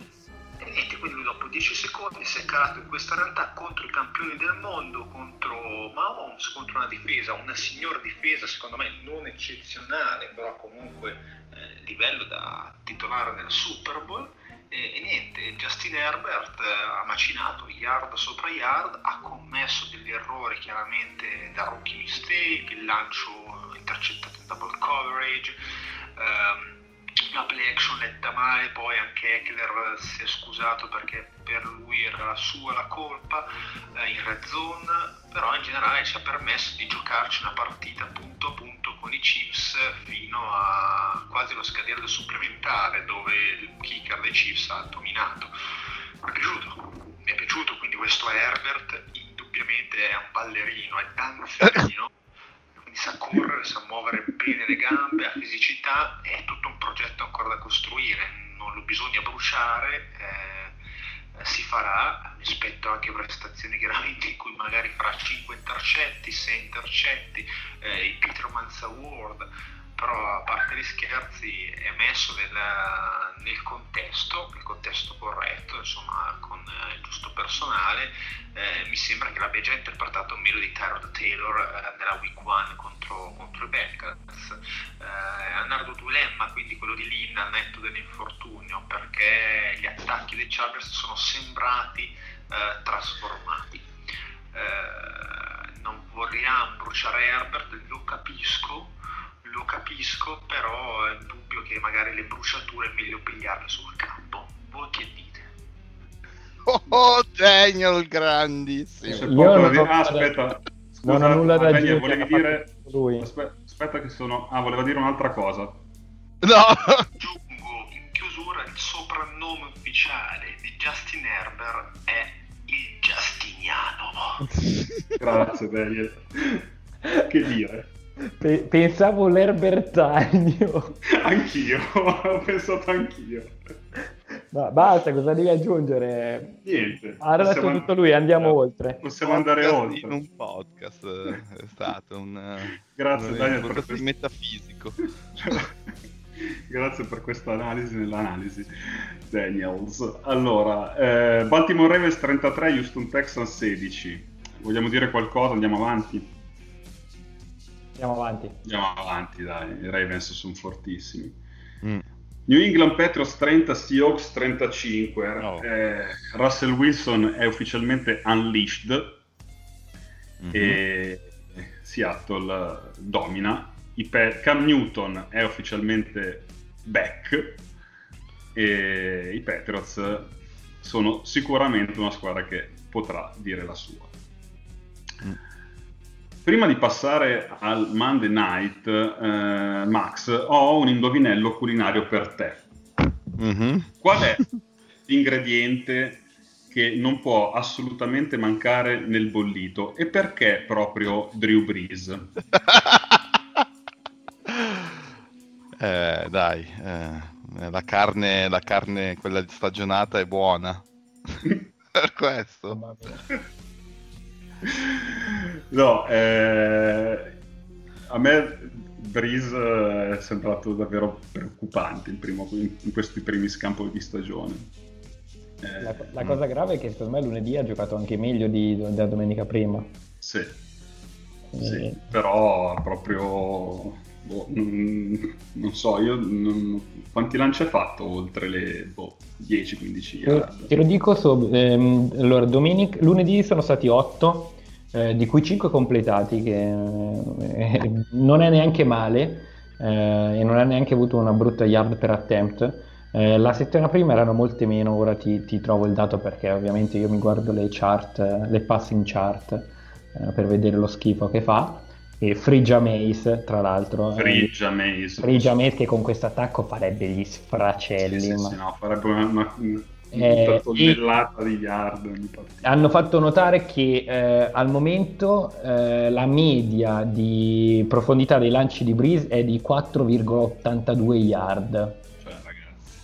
E quindi dopo dieci secondi si è calato in questa realtà contro i campioni del mondo, contro Mahomes, contro una difesa, una signora difesa secondo me non eccezionale, però comunque eh, livello da titolare nel Super Bowl. E, e niente, Justin Herbert eh, ha macinato yard sopra yard, ha commesso degli errori chiaramente da rookie mistake, il lancio intercettato in double coverage, ehm, la play action letta male, poi anche Eckler si è scusato perché per lui era la sua la colpa eh, in red zone, però in generale ci ha permesso di giocarci una partita punto a punto con i Chiefs fino a quasi lo scadere del supplementare, dove il kicker dei Chiefs ha dominato. Mi è piaciuto, mi è piaciuto, quindi questo Herbert indubbiamente è un ballerino, è danzerino, sa correre, sa muovere bene le gambe, ha fisicità, è tutto un progetto ancora da costruire, non lo bisogna bruciare, eh, si farà, mi aspetto anche prestazioni chiaramente in cui magari farà cinque intercetti, sei intercetti, eh, il Petermans Award, però a parte gli scherzi è messo nel, nel contesto, nel contesto corretto, insomma con eh, il giusto personale. Eh, mi sembra che l'abbia già interpretato meglio di Tyrod Taylor eh, nella week one contro, contro i Bengals. Eh, ha un arduo dilemma quindi quello di Lynn al netto dell'infortunio, perché gli attacchi dei Chargers sono sembrati eh, trasformati. Eh, non vogliamo bruciare Herbert, lo capisco, lo capisco, però è dubbio che magari le bruciature è meglio pigliarle sul campo. Voi che dite? Oh, oh Daniel, grandissimo. C'è Io poco da non dire. ho- Ah, aspetta, non ho nulla da Daniel, dire, volevi ha fatto dire... lui. Aspetta, aspetta che sono... Ah, voleva dire un'altra cosa. No. Aggiungo in chiusura il soprannome ufficiale di Justin Herbert è il Justiniano. Grazie, Daniel. Che dire? Pe- pensavo l'erbertagno. Anch'io, ho pensato anch'io. Ma basta, cosa devi aggiungere? Niente. Ha detto Possiamo- tutto lui, andiamo eh, oltre. Possiamo andare Podcast oltre. in un podcast eh, è stato un, eh, Grazie, un Daniel, per podcast questo. metafisico. Grazie per questa analisi nell'analisi, Daniels. Allora, eh, Baltimore Ravens trentatré, Houston Texans sedici. Vogliamo dire qualcosa? Andiamo avanti? Andiamo avanti. Andiamo avanti, dai. I Ravens sono fortissimi. Mm. New England Patriots trenta, Seahawks trentacinque. Oh. Eh, Russell Wilson è ufficialmente unleashed Mhm. e Seattle domina. I Pe- Cam Newton è ufficialmente back e i Patriots sono sicuramente una squadra che potrà dire la sua. Mm. Prima di passare al Monday Night, eh, Max, ho un indovinello culinario per te. Mhm. Qual è l'ingrediente che non può assolutamente mancare nel bollito e perché proprio Drew Brees? Eh, dai, eh, la carne, la carne, quella stagionata è buona. Per questo. Mamma mia. No, eh, a me Brees è sembrato davvero preoccupante in, primo- in questi primi scampi di stagione. Eh, La, la cosa grave è che secondo me lunedì ha giocato anche meglio di, della domenica prima. sì, Eh, sì, però proprio boh, non, non so, io non- quanti lanci ha fatto oltre le boh, dieci quindici Te, yard? te lo dico, so, ehm, allora, domenica, lunedì sono stati otto, eh, di cui cinque completati, che eh, non è neanche male, eh, e non ha neanche avuto una brutta yard per attempt. Eh, la settimana prima erano molte meno, ora ti, ti trovo il dato perché ovviamente io mi guardo le chart, eh, le passing chart, eh, per vedere lo schifo che fa. E Frigia Mace, tra l'altro, eh, Frigia Mace. Frigia Mace che con questo attacco farebbe gli Sì, sfracelli, sì, ma... sì, no, farebbe una, una, una Eh, tonnellata di yard ogni partita. Hanno fatto notare che eh, al momento eh, la media di profondità dei lanci di Breeze è di quattro virgola ottantadue yard. Cioè, ragazzi.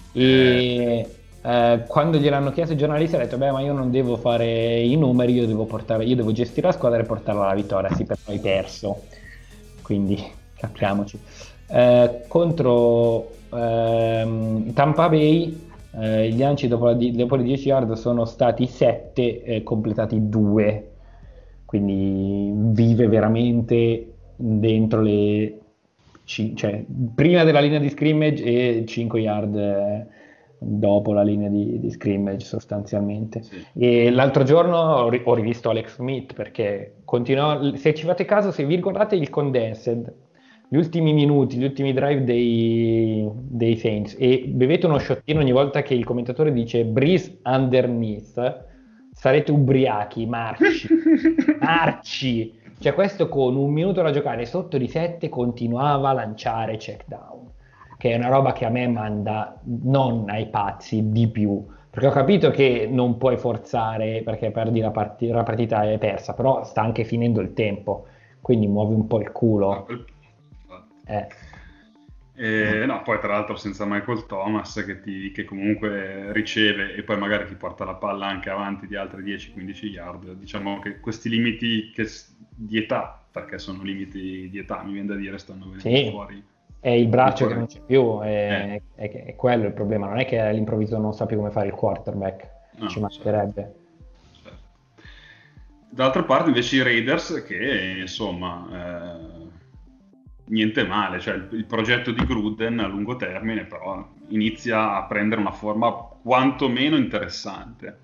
E eh, quando gliel'hanno chiesto i giornalisti ha detto: beh, ma io non devo fare i numeri, io devo portare, io devo gestire la squadra e portarla alla vittoria. Sì, però hai perso, quindi capiamoci. Eh, contro ehm, Tampa Bay, eh, gli lanci dopo, la di- dopo le dieci yard sono stati sette, eh, completati due, quindi vive veramente dentro le cin- cioè prima della linea di scrimmage e cinque yard eh, dopo la linea di, di scrimmage sostanzialmente. Sì. E l'altro giorno ho, ri- ho rivisto Alex Smith perché continuò, se ci fate caso, se vi ricordate il condensed, gli ultimi minuti, gli ultimi drive dei, dei Saints, e bevete uno shottino ogni volta che il commentatore dice Breeze underneath, sarete ubriachi, marci, marci. Cioè questo con un minuto da giocare sotto di sette continuava a lanciare check down, che è una roba che a me manda non ai pazzi di più, perché ho capito che non puoi forzare perché perdi la, parti- la partita è persa, però sta anche finendo il tempo, quindi muovi un po' il Ah, culo. quel- Eh. E, no, poi tra l'altro senza Michael Thomas che, ti, che comunque riceve e poi magari ti porta la palla anche avanti di altri dieci quindici yard. Diciamo che questi limiti che, di età, perché sono limiti di età, mi viene da dire, stanno venendo Sì. fuori. È il braccio Fuori. che non c'è più, è, Eh. è, è quello il problema, non è che all'improvviso non sa più come fare il quarterback, No, ci mancherebbe. Certo. D'altra parte invece i Raiders che insomma eh, niente male, cioè il, il progetto di Gruden a lungo termine però inizia a prendere una forma quantomeno interessante.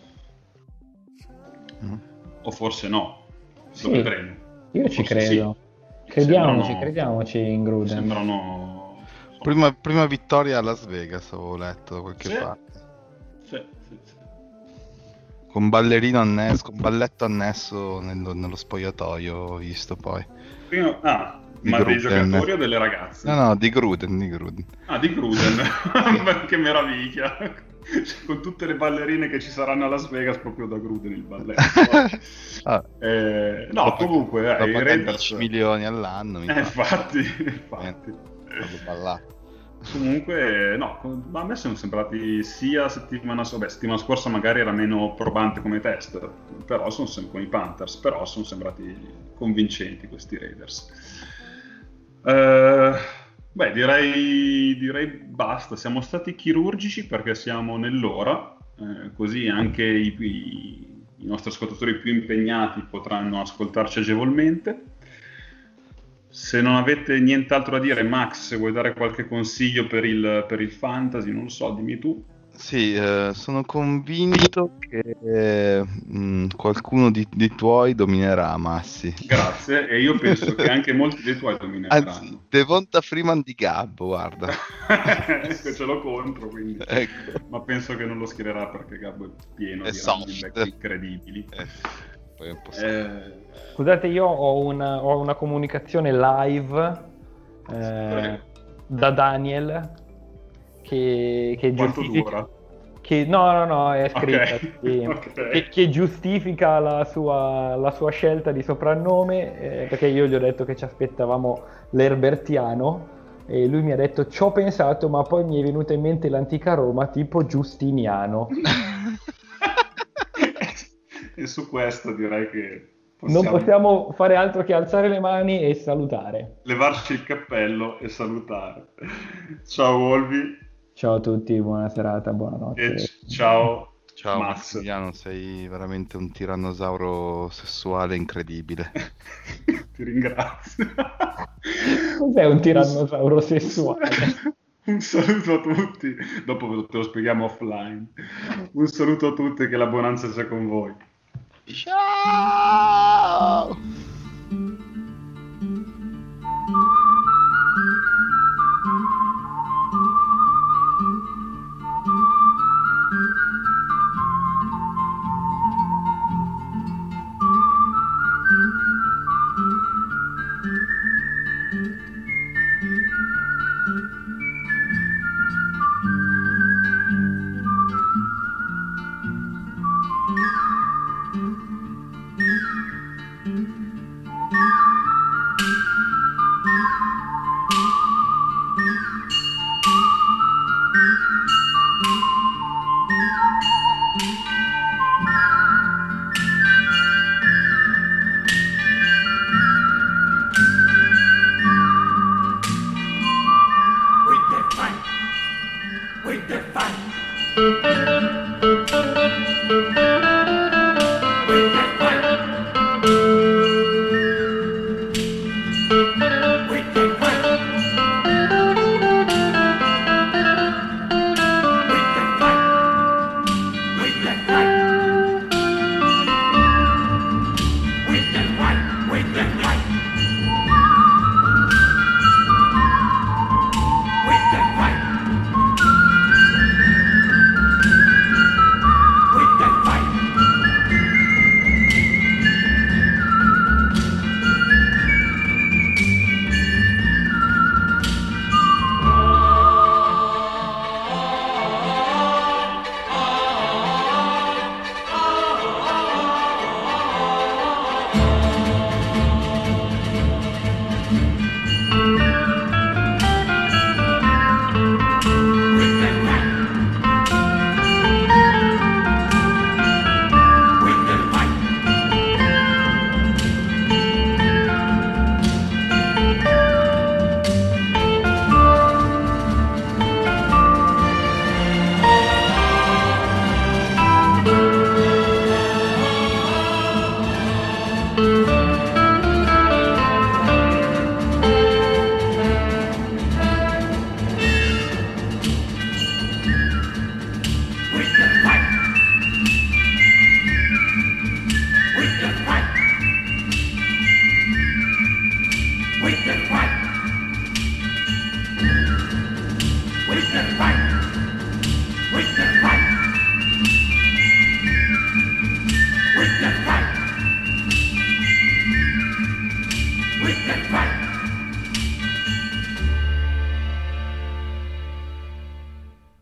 Mm. O forse no, lo Sì, vedremo. io ci Forse credo. sì. Crediamoci, Sembrano- crediamoci in Gruden. Sembrano Prima, prima vittoria a Las Vegas, avevo letto da qualche Sì. parte. Sì, sì, sì. Con ballerino annesso, con balletto annesso nello, nello spogliatoio, ho visto poi. Prima- ah, Di ma dei Gruden. giocatori o delle ragazze? No, no, di Gruden, di Gruden. Ah, di Gruden. Che meraviglia. Con tutte le ballerine che ci saranno a Las Vegas proprio da Gruden il balletto. Ah, Eh, no, dopo- comunque eh, dopo i Raiders... dieci milioni all'anno, mi Eh, fa- infatti, infatti. vado ballare. Comunque, no, ma a me sono sembrati sia settimana, so- beh, settimana scorsa magari era meno probante come test, però sono sem- con i Panthers, però sono sembrati convincenti questi Raiders. Eh, beh, direi, direi basta, siamo stati chirurgici perché siamo nell'ora, eh, così anche i, i- i nostri ascoltatori più impegnati potranno ascoltarci agevolmente. Se non avete nient'altro da dire, Max, se vuoi dare qualche consiglio per il, per il fantasy, non lo so, dimmi tu. Sì, eh, sono convinto che eh, mh, qualcuno di, di tuoi dominerà Massi. Grazie, e io penso che anche molti dei tuoi Anzi, domineranno. Devonta Freeman di Gabbo, guarda. Ecco, ce l'ho contro, quindi. Ecco. Ma penso che non lo schiererà perché Gabbo è pieno È di soft. running back incredibili. Eh, poi è un po' Eh, Scusate, io ho una, ho una comunicazione live eh, Prego. da Daniel che, che Quanto giustifica... dura? Che, no, no, no, è scritta. Ok, sì. ok. Che, che giustifica la sua, la sua scelta di soprannome, eh, perché io gli ho detto che ci aspettavamo l'Herbertiano e lui mi ha detto ci ho pensato, ma poi mi è venuta in mente l'antica Roma tipo Giustiniano. E su questo direi che Non possiamo fare altro che alzare le mani e salutare. levarci il cappello e salutare. Ciao Wolvi Ciao a tutti, buona serata, buonanotte. e c- ciao, Ciao Max. Massimiliano, sei veramente un tirannosauro sessuale incredibile. Ti ringrazio. Cos'è un tirannosauro sessuale? Un saluto a tutti. Dopo te lo spieghiamo offline. Un saluto a tutti e che la buonanza sia con voi. Ciao! McMahon.